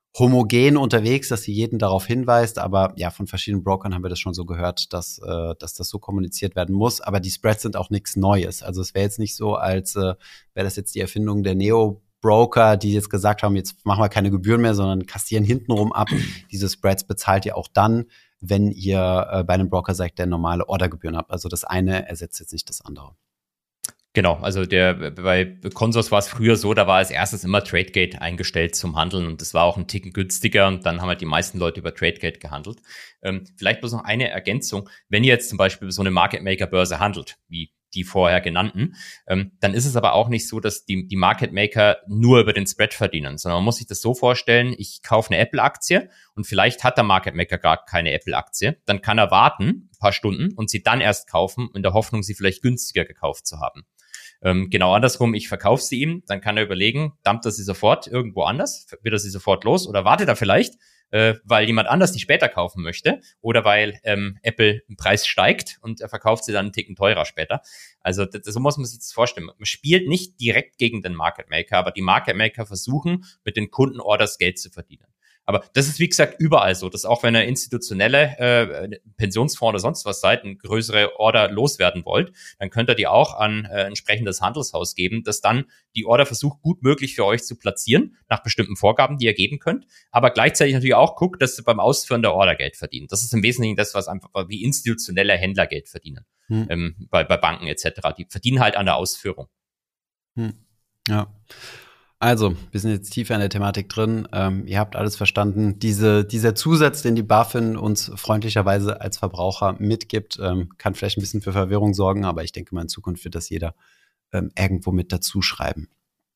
homogen unterwegs, dass sie jeden darauf hinweist, aber ja, von verschiedenen Brokern haben wir das schon so gehört, dass, äh, dass das so kommuniziert werden muss, aber die Spreads sind auch nichts Neues. Also es wäre jetzt nicht so, als äh, wäre das jetzt die Erfindung der Neo-Broker, die jetzt gesagt haben, jetzt machen wir keine Gebühren mehr, sondern kassieren hintenrum ab. Diese Spreads bezahlt ihr auch dann, wenn ihr äh, bei einem Broker sagt, der normale Ordergebühren habt. Also das eine ersetzt jetzt nicht das andere. Genau, also der bei Consors war es früher so, da war als erstes immer Tradegate eingestellt zum Handeln und das war auch ein Ticken günstiger und dann haben halt die meisten Leute über Tradegate gehandelt. Ähm, vielleicht bloß noch eine Ergänzung, wenn ihr jetzt zum Beispiel so eine Market Maker Börse handelt, wie die vorher genannten, ähm, dann ist es aber auch nicht so, dass die, die Market Maker nur über den Spread verdienen, sondern man muss sich das so vorstellen, ich kaufe eine Apple-Aktie und vielleicht hat der Market Maker gar keine Apple-Aktie, dann kann er warten, ein paar Stunden und sie dann erst kaufen, in der Hoffnung, sie vielleicht günstiger gekauft zu haben. Ähm, genau andersrum, ich verkaufe sie ihm, dann kann er überlegen, dumpt er sie sofort irgendwo anders, wird er sie sofort los oder wartet er vielleicht, äh, weil jemand anders die später kaufen möchte oder weil ähm, Apple im Preis steigt und er verkauft sie dann einen Ticken teurer später. Also das, so muss man sich das vorstellen. Man spielt nicht direkt gegen den Market Maker, aber die Market Maker versuchen, mit den Kundenorders Geld zu verdienen. Aber das ist, wie gesagt, überall so, dass auch wenn ihr institutionelle äh, Pensionsfonds oder sonst was seid, eine größere Order loswerden wollt, dann könnt ihr die auch an äh, entsprechendes Handelshaus geben, das dann die Order versucht, gut möglich für euch zu platzieren, nach bestimmten Vorgaben, die ihr geben könnt, aber gleichzeitig natürlich auch guckt, dass ihr beim Ausführen der Order Geld verdient. Das ist im Wesentlichen das, was einfach wie institutionelle Händler Geld verdienen, hm. ähm, bei, bei Banken et cetera. Die verdienen halt an der Ausführung. Hm. Ja. Also, wir sind jetzt tiefer in der Thematik drin. Ähm, ihr habt alles verstanden. Diese, dieser Zusatz, den die BaFin uns freundlicherweise als Verbraucher mitgibt, ähm, kann vielleicht ein bisschen für Verwirrung sorgen, aber ich denke mal, in Zukunft wird das jeder ähm, irgendwo mit dazu schreiben.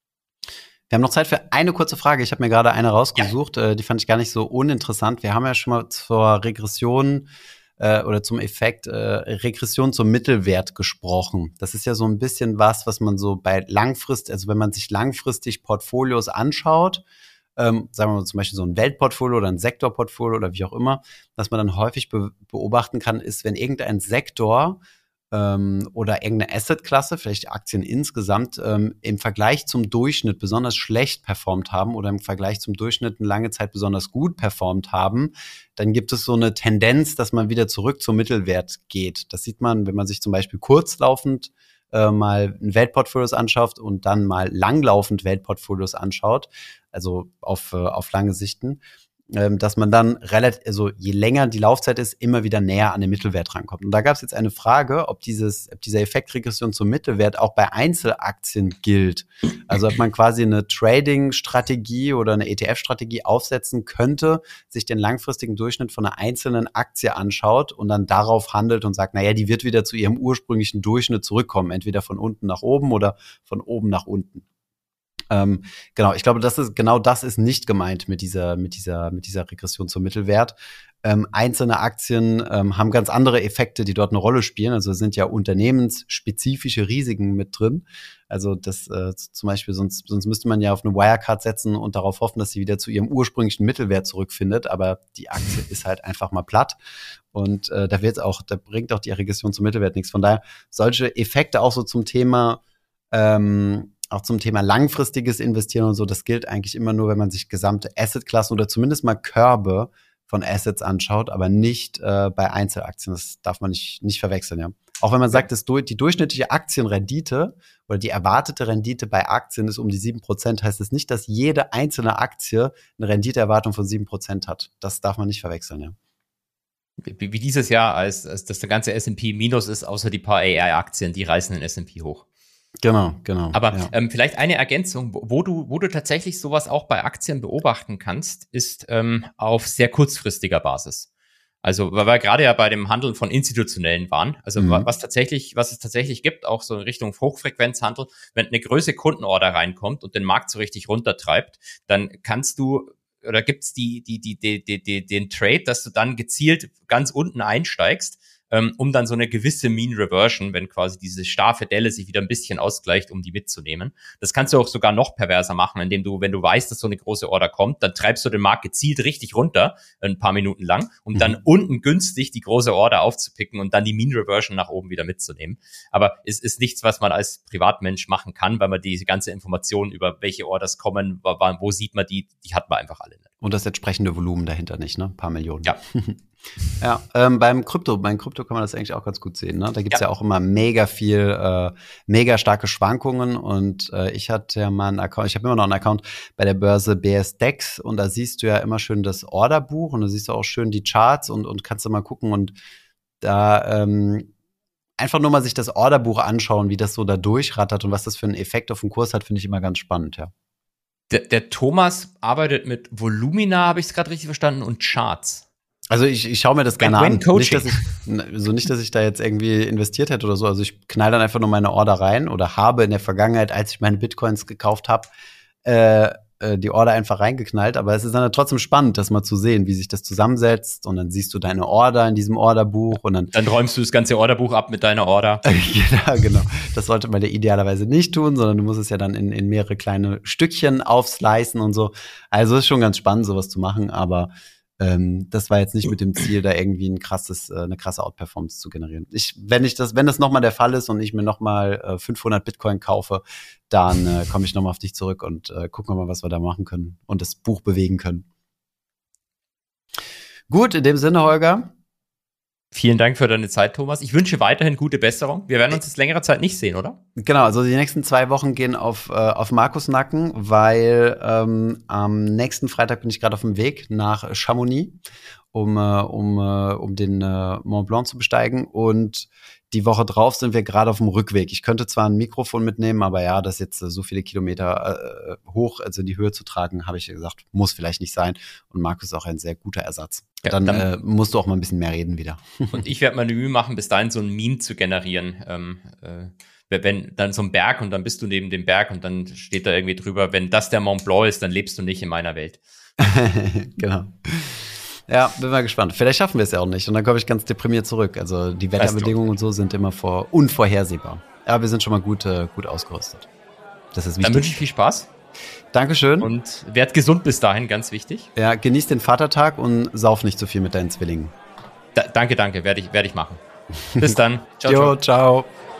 Wir haben noch Zeit für eine kurze Frage. Ich habe mir gerade eine rausgesucht, ja. äh, die fand ich gar nicht so uninteressant. Wir haben ja schon mal zur Regression oder zum Effekt äh, Regression zum Mittelwert gesprochen. Das ist ja so ein bisschen was, was man so bei langfristig, also wenn man sich langfristig Portfolios anschaut, ähm, sagen wir mal zum Beispiel so ein Weltportfolio oder ein Sektorportfolio oder wie auch immer, was man dann häufig be- beobachten kann, ist, wenn irgendein Sektor ähm, oder irgendeine Assetklasse, vielleicht Aktien insgesamt, ähm, im Vergleich zum Durchschnitt besonders schlecht performt haben oder im Vergleich zum Durchschnitt eine lange Zeit besonders gut performt haben, dann gibt es so eine Tendenz, dass man wieder zurück zum Mittelwert geht. Das sieht man, wenn man sich zum Beispiel kurzlaufend äh, mal ein Weltportfolios anschaut und dann mal langlaufend Weltportfolios anschaut, also auf, äh, auf lange Sichten, ähm, dass man dann relativ, also je länger die Laufzeit ist, immer wieder näher an den Mittelwert rankommt. Und da gab es jetzt eine Frage, ob dieses, ob dieser Effekt Regression zum Mittelwert auch bei Einzelaktien gilt. Also ob man quasi eine Trading-Strategie oder eine E T F-Strategie aufsetzen könnte, sich den langfristigen Durchschnitt von einer einzelnen Aktie anschaut und dann darauf handelt und sagt, naja, die wird wieder zu ihrem ursprünglichen Durchschnitt zurückkommen, entweder von unten nach oben oder von oben nach unten. Ähm, genau, ich glaube, das ist genau das ist nicht gemeint mit dieser mit dieser mit dieser Regression zum Mittelwert. Ähm, einzelne Aktien ähm, haben ganz andere Effekte, die dort eine Rolle spielen. Also sind ja unternehmensspezifische Risiken mit drin. Also das äh, zum Beispiel sonst sonst müsste man ja auf eine Wirecard setzen und darauf hoffen, dass sie wieder zu ihrem ursprünglichen Mittelwert zurückfindet. Aber die Aktie ist halt einfach mal platt. Und äh, da wird auch, da bringt auch die Regression zum Mittelwert nichts. Von daher solche Effekte auch so zum Thema ähm, auch zum Thema langfristiges Investieren und so, das gilt eigentlich immer nur, wenn man sich gesamte Assetklassen oder zumindest mal Körbe von Assets anschaut, aber nicht äh, bei Einzelaktien. Das darf man nicht, nicht verwechseln, ja. Auch wenn man sagt, dass die durchschnittliche Aktienrendite oder die erwartete Rendite bei Aktien ist um die sieben Prozent, heißt es nicht, dass jede einzelne Aktie eine Renditeerwartung von sieben Prozent hat. Das darf man nicht verwechseln, ja. Wie, wie dieses Jahr, als, als das der ganze S und P minus ist, außer die paar A I-Aktien, die reißen den S und P hoch. Genau, genau. Aber ja. ähm, vielleicht eine Ergänzung, wo, wo du wo du tatsächlich sowas auch bei Aktien beobachten kannst, ist ähm, auf sehr kurzfristiger Basis. Also weil wir gerade ja bei dem Handeln von institutionellen waren, also mhm. was tatsächlich was es tatsächlich gibt, auch so in Richtung Hochfrequenzhandel, wenn eine größere Kundenorder reinkommt und den Markt so richtig runtertreibt, dann kannst du oder gibt's die die die die die, die den Trade, dass du dann gezielt ganz unten einsteigst, ähm, um dann so eine gewisse Mean Reversion, wenn quasi diese starre Delle sich wieder ein bisschen ausgleicht, um die mitzunehmen. Das kannst du auch sogar noch perverser machen, indem du, wenn du weißt, dass so eine große Order kommt, dann treibst du den Markt gezielt richtig runter, ein paar Minuten lang, um mhm. dann unten günstig die große Order aufzupicken und dann die Mean Reversion nach oben wieder mitzunehmen. Aber es ist nichts, was man als Privatmensch machen kann, weil man diese ganze Information über welche Orders kommen, wo sieht man die, die hat man einfach alle nicht. Und das entsprechende Volumen dahinter nicht, ne? Ein paar Millionen. Ja. Ja, ähm, beim Krypto, beim Krypto kann man das eigentlich auch ganz gut sehen, ne? Da gibt's ja. ja auch immer mega viel, äh, mega starke Schwankungen und äh, ich hatte ja mal einen Account, ich habe immer noch einen Account bei der Börse B S Dex und da siehst du ja immer schön das Orderbuch und da siehst du auch schön die Charts und, und kannst du mal gucken und da ähm, einfach nur mal sich das Orderbuch anschauen, wie das so da durchrattert und was das für einen Effekt auf den Kurs hat, finde ich immer ganz spannend, ja. Der, der Thomas arbeitet mit Volumina, habe ich es gerade richtig verstanden, und Charts. Also ich, ich schaue mir das gerne an. Nicht, dass ich, so nicht, dass ich da jetzt irgendwie investiert hätte oder so. Also ich knall dann einfach nur meine Order rein oder habe in der Vergangenheit, als ich meine Bitcoins gekauft habe, äh, äh, die Order einfach reingeknallt. Aber es ist dann trotzdem spannend, das mal zu sehen, wie sich das zusammensetzt. Und dann siehst du deine Order in diesem Orderbuch. Und dann, dann räumst du das ganze Orderbuch ab mit deiner Order. Ja, genau. Das sollte man ja idealerweise nicht tun, sondern du musst es ja dann in, in mehrere kleine Stückchen aufslicen und so. Also es ist schon ganz spannend, sowas zu machen. Aber Ähm, das war jetzt nicht mit dem Ziel, da irgendwie ein krasses, äh, eine krasse Outperformance zu generieren. Ich, wenn ich das, wenn das nochmal der Fall ist und ich mir nochmal äh, fünfhundert Bitcoin kaufe, dann äh, komme ich nochmal auf dich zurück und äh, gucken wir mal, was wir da machen können und das Buch bewegen können. Gut, in dem Sinne, Holger. Vielen Dank für deine Zeit, Thomas. Ich wünsche weiterhin gute Besserung. Wir werden uns jetzt längere Zeit nicht sehen, oder? Genau, also die nächsten zwei Wochen gehen auf, äh, auf Markus Nacken, weil ähm, am nächsten Freitag bin ich gerade auf dem Weg nach Chamonix, um, äh, um, äh, um den äh, Mont Blanc zu besteigen. Und die Woche drauf sind wir gerade auf dem Rückweg. Ich könnte zwar ein Mikrofon mitnehmen, aber ja, das jetzt äh, so viele Kilometer äh, hoch, also in die Höhe zu tragen, habe ich gesagt, muss vielleicht nicht sein. Und Markus ist auch ein sehr guter Ersatz. Ja, dann dann äh, musst du auch mal ein bisschen mehr reden wieder. Und ich werde meine Mühe machen, bis dahin so ein Meme zu generieren. Ähm, äh, wenn dann so ein Berg und dann bist du neben dem Berg und dann steht da irgendwie drüber, wenn das der Mont Blanc ist, dann lebst du nicht in meiner Welt. Genau. Ja, bin mal gespannt. Vielleicht schaffen wir es ja auch nicht und dann komme ich ganz deprimiert zurück. Also die Wetterbedingungen und so sind immer vor unvorhersehbar. Aber wir sind schon mal gut, äh, gut ausgerüstet. Das ist wichtig. Dann wünsche ich viel Spaß. Dankeschön. Und werd gesund bis dahin, ganz wichtig. Ja, genieß den Vatertag und sauf nicht zu viel mit deinen Zwillingen. Da, danke, danke, werde ich, werd ich machen. Bis dann. Ciao, ciao. ciao.